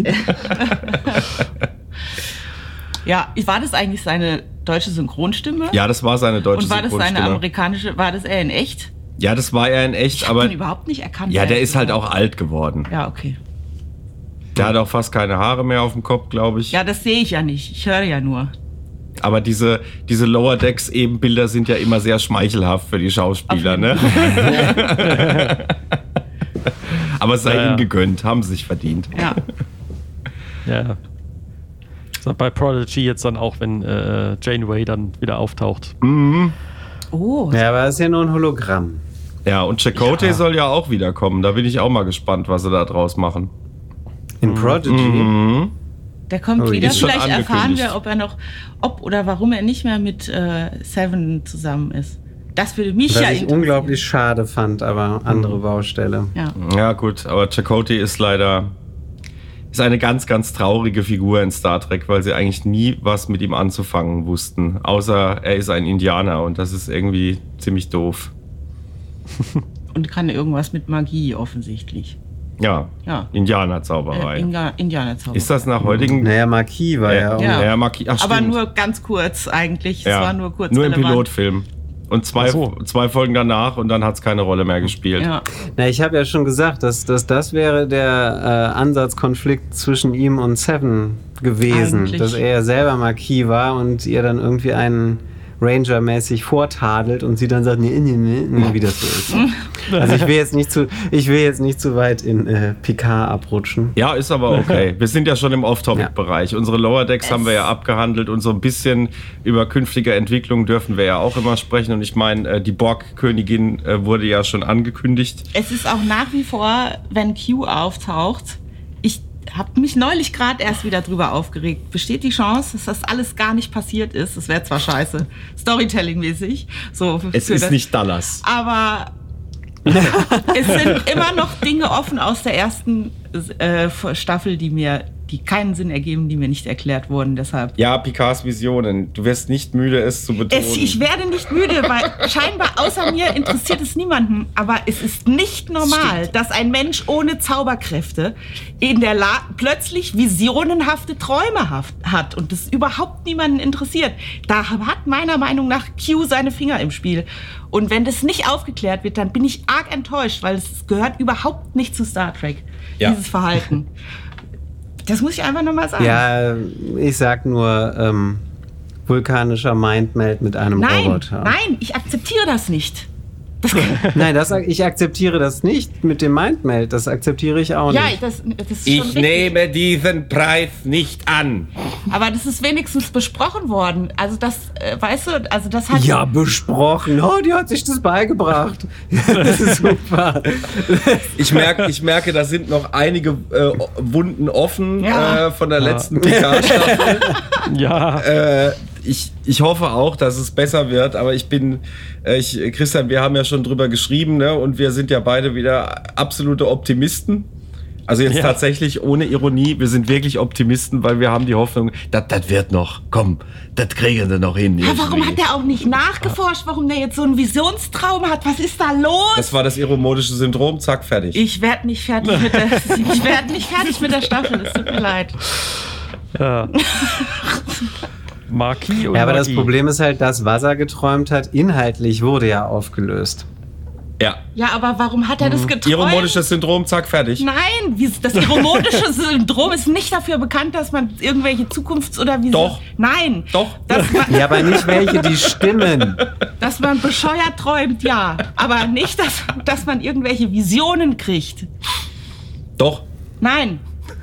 E: Ja, war das eigentlich seine deutsche Synchronstimme?
C: Ja, das war seine deutsche
E: Und war das seine
C: Synchronstimme.
E: amerikanische, war das er in echt?
C: Ja, das war er in echt,
E: Ich habe
C: aber
E: ihn überhaupt nicht erkannt.
C: ja, der
E: ehrlich
C: ist halt
E: gesagt.
C: auch alt geworden.
E: Ja, okay.
C: Der hat auch fast keine Haare mehr auf dem Kopf, glaube ich.
E: Ja, das sehe ich ja nicht. Ich höre ja nur.
C: Aber diese Lower Decks Ebenbilder sind ja immer sehr schmeichelhaft für die Schauspieler, ne? Aber es sei
B: Ja.
C: ihnen gegönnt, haben sie sich verdient.
E: Ja.
B: Ja. Das hat bei Prodigy jetzt dann auch, wenn Janeway dann wieder auftaucht.
E: Oh.
D: Ja, aber es ist ja nur ein Hologramm.
C: Ja, und Chakotay soll ja auch wiederkommen. Da bin ich auch mal gespannt, was sie da draus machen.
D: In Prodigy.
E: Der kommt
D: Oh,
E: wieder.
C: ist schon
E: Vielleicht erfahren
C: angekündigt.
E: wir, ob oder warum er nicht mehr mit Seven zusammen ist. Das würde mich
D: Was
E: ja
D: ich
E: interessieren.
D: unglaublich schade fand, aber andere Baustelle.
E: Ja.
C: Ja, gut, aber Chakotay ist leider eine ganz, ganz traurige Figur in Star Trek, weil sie eigentlich nie was mit ihm anzufangen wussten. Außer er ist ein Indianer und das ist irgendwie ziemlich doof.
E: Und kann irgendwas mit Magie offensichtlich.
C: Ja,
E: Ja.
C: Indianerzauberei.
E: Indianerzauber.
C: Ist das nach heutigen...
D: Naja, Marquis war ja auch.
E: Ja.
C: Ja, Marquis, ach,
E: Aber
C: stimmt.
E: nur ganz kurz eigentlich.
C: Ja,
E: Es war nur kurz
C: Nur im
E: relevant.
C: Pilotfilm. Und zwei Folgen danach und dann hat es keine Rolle mehr gespielt.
E: Ja.
D: Na, ich habe ja schon gesagt, dass das wäre der Ansatzkonflikt zwischen ihm und Seven gewesen.
E: Eigentlich.
D: Dass er selber Marquis war und ihr dann irgendwie einen Ranger-mäßig vortadelt und sie dann sagt, nee, wie das so ist. Also ich will jetzt nicht zu weit in Picard abrutschen.
C: Ja, ist aber okay. Wir sind ja schon im Off-Topic-Bereich. Unsere Lower Decks haben wir ja abgehandelt und so ein bisschen über künftige Entwicklungen dürfen wir ja auch immer sprechen. Und ich meine, die Borg-Königin wurde ja schon angekündigt.
E: Es ist auch nach wie vor, wenn Q auftaucht, ich habe mich neulich gerade erst wieder drüber aufgeregt. Besteht die Chance, dass das alles gar nicht passiert ist? Das wäre zwar scheiße, Storytelling-mäßig. So
C: Es ist nicht Dallas.
E: Aber es sind immer noch Dinge offen aus der ersten Staffel, die die keinen Sinn ergeben, die mir nicht erklärt wurden. Deshalb.
C: Ja, Picards Visionen. Du wirst nicht müde, es zu betonen.
E: Ich werde nicht müde, weil scheinbar außer mir interessiert es niemanden. Aber es ist nicht normal, dass ein Mensch ohne Zauberkräfte plötzlich visionenhafte Träume hat und das überhaupt niemanden interessiert. Da hat meiner Meinung nach Q seine Finger im Spiel. Und wenn das nicht aufgeklärt wird, dann bin ich arg enttäuscht, weil es gehört überhaupt nicht zu Star Trek, dieses Verhalten. Das muss ich einfach nochmal sagen.
D: Ja, ich sag nur vulkanischer Mindmeld mit einem Roboter.
E: Nein, ich akzeptiere das nicht.
D: Nein, ich akzeptiere das nicht mit dem Mindmeld. Das akzeptiere ich auch nicht.
E: Ja, das ist schon
C: Ich
E: richtig.
C: nehme diesen Preis nicht an.
E: Aber das ist wenigstens besprochen worden. Also das, weißt du, also das hat...
D: Ja, besprochen. Oh, die hat sich das beigebracht. Das ist super.
C: Ich merke, da sind noch einige Wunden offen
E: Ja.
C: von der letzten Picard-Staffel.
B: Ja.
C: Ich hoffe auch, dass es besser wird, aber Christian, wir haben ja schon drüber geschrieben, ne? Und wir sind ja beide wieder absolute Optimisten. Also jetzt tatsächlich ohne Ironie, wir sind wirklich Optimisten, weil wir haben die Hoffnung, das wird noch, komm, das kriegen wir noch hin.
E: Ja, warum hat er auch nicht nachgeforscht, warum der jetzt so einen Visionstraum hat? Was ist da los?
C: Das war das iromodische Syndrom, zack, fertig.
E: Ich werde nicht fertig mit der Staffel, es tut mir leid.
B: Ja. Marquis und
D: Ja, aber das
B: Magie.
D: Problem ist halt, das, was er geträumt hat, inhaltlich wurde ja aufgelöst.
C: Ja.
E: Ja, aber warum hat er das geträumt?
C: Iromodisches Syndrom, zack, fertig.
E: Nein, das iromodische Syndrom ist nicht dafür bekannt, dass man irgendwelche Zukunfts- oder Visionen...
C: Doch.
E: Nein.
C: Doch.
D: Ja, aber nicht welche, die stimmen.
E: Dass man bescheuert träumt, ja. Aber nicht, dass man irgendwelche Visionen kriegt.
C: Doch.
E: Nein.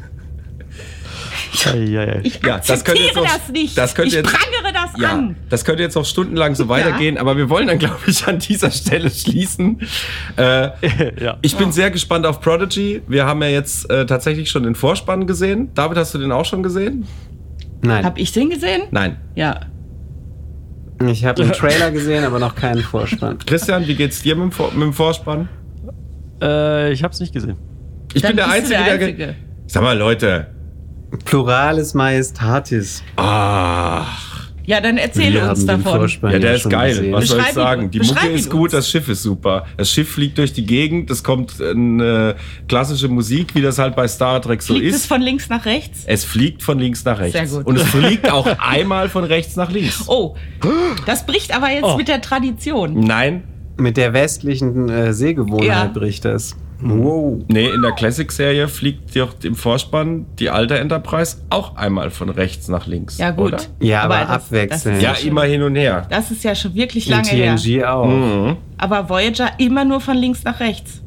E: Ich
C: Ja, das könnte
E: akzeptiere
C: jetzt
E: das
C: noch-
E: nicht.
C: das könnte
E: ich
C: jetzt-
E: prangere das
C: Ja,
E: an.
C: das könnte jetzt noch stundenlang so weitergehen, aber wir wollen dann, glaube ich, an dieser Stelle schließen. Ich bin sehr gespannt auf Prodigy. Wir haben ja jetzt tatsächlich schon den Vorspann gesehen. David, hast du den auch schon gesehen?
D: Nein,
E: Hab ich den gesehen?
C: Nein.
E: Ja.
D: ich habe einen Trailer gesehen, aber noch keinen Vorspann.
C: Christian, wie geht's dir mit dem Vorspann?
B: Ich hab's nicht gesehen.
C: Ich bin der
E: bist du
C: Einzige,
E: der Einzige.
C: Sag mal, Leute.
D: Pluralis Majestatis.
E: Ja, dann erzähl
D: Wir
E: uns
D: haben den
E: davon.
D: Vorspann
C: Ja, der ist
D: schon
C: geil.
D: gesehen.
C: Was soll ich
E: Beschreib ihn-
C: sagen? Die Mucke
E: beschreib ihn
C: ist gut,
E: uns.
C: das Schiff ist super. Das Schiff fliegt durch die Gegend, es kommt eine klassische Musik, wie das halt bei Star Trek so
E: Fliegt es
C: ist.
E: von links nach rechts?
C: Es fliegt von links nach rechts.
E: Sehr gut.
C: Und es fliegt auch einmal von rechts nach links.
E: Oh, das bricht aber jetzt mit der Tradition.
C: Nein,
D: Mit der westlichen Sehgewohnheit
E: Ja.
D: bricht das. Wow.
C: nee, in der Classic-Serie fliegt doch im Vorspann die alte Enterprise auch einmal von rechts nach links.
E: Ja, gut.
C: Oder?
D: Ja, aber
E: das-
D: abwechselnd.
E: Das
C: Ja,
E: ist schon-
C: immer hin und her.
E: Das ist ja schon wirklich
D: In
E: lange her.
D: TNG auch.
E: Aber Voyager immer nur von links nach rechts.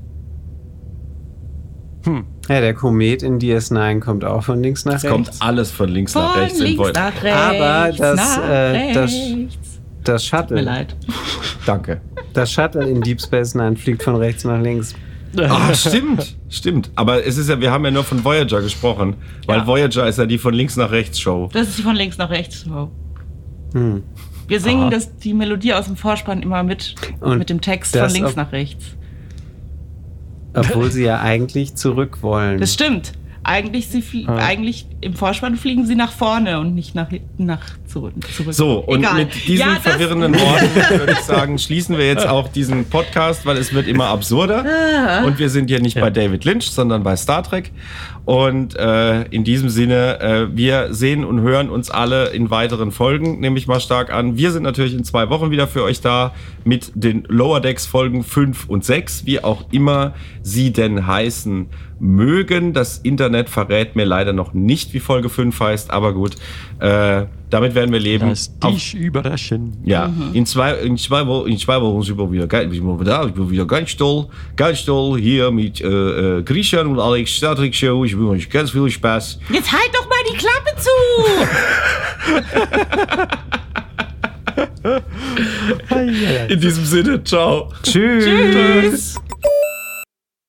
D: Ja, der Komet in DS9 kommt auch von links nach
C: Es
D: rechts.
C: kommt alles von links nach
E: Von
C: rechts. in
E: links
C: Voyager.
E: nach rechts.
D: Aber das,
E: nach
D: das-
E: rechts.
D: Das
E: Tut mir
D: Shuttle.
E: leid.
C: Danke.
D: Das Shuttle in Deep Space Nine fliegt von rechts nach links.
C: Ah, stimmt. Aber es ist ja, wir haben ja nur von Voyager gesprochen, weil
E: Ja.
C: Voyager ist ja die von links nach rechts Show.
E: Das ist die von links nach rechts Show. Wir singen die Melodie aus dem Vorspann immer mit
D: Und
E: dem Text von
D: das
E: links
D: auf-
E: nach rechts.
D: Obwohl sie ja eigentlich zurück wollen.
E: Das stimmt. Eigentlich im Vorspann fliegen sie nach vorne und nicht nach hinten, zurück.
C: So, und
E: Egal.
C: mit diesen
E: Ja, das-
C: verwirrenden Worten würde ich sagen, schließen wir jetzt auch diesen Podcast, weil es wird immer absurder. Und wir sind hier nicht bei David Lynch, sondern bei Star Trek. Und in diesem Sinne, wir sehen und hören uns alle in weiteren Folgen, nehme ich mal stark an. Wir sind natürlich in 2 Wochen wieder für euch da mit den Lower Decks Folgen 5 und 6, wie auch immer sie denn heißen mögen. Das Internet verrät mir leider noch nicht, wie Folge 5 heißt, aber gut, damit werden wir leben.
B: Lass dich überraschen.
C: Ja, in zwei Wochen sind wir wieder geil. Ich bin wieder ganz toll hier mit Christian und Alex Star Trek Show. Ich wünsche euch ganz viel Spaß.
E: Jetzt halt doch mal die Klappe zu!
C: In diesem Sinne, ciao.
D: Tschüss.
E: Tschüss!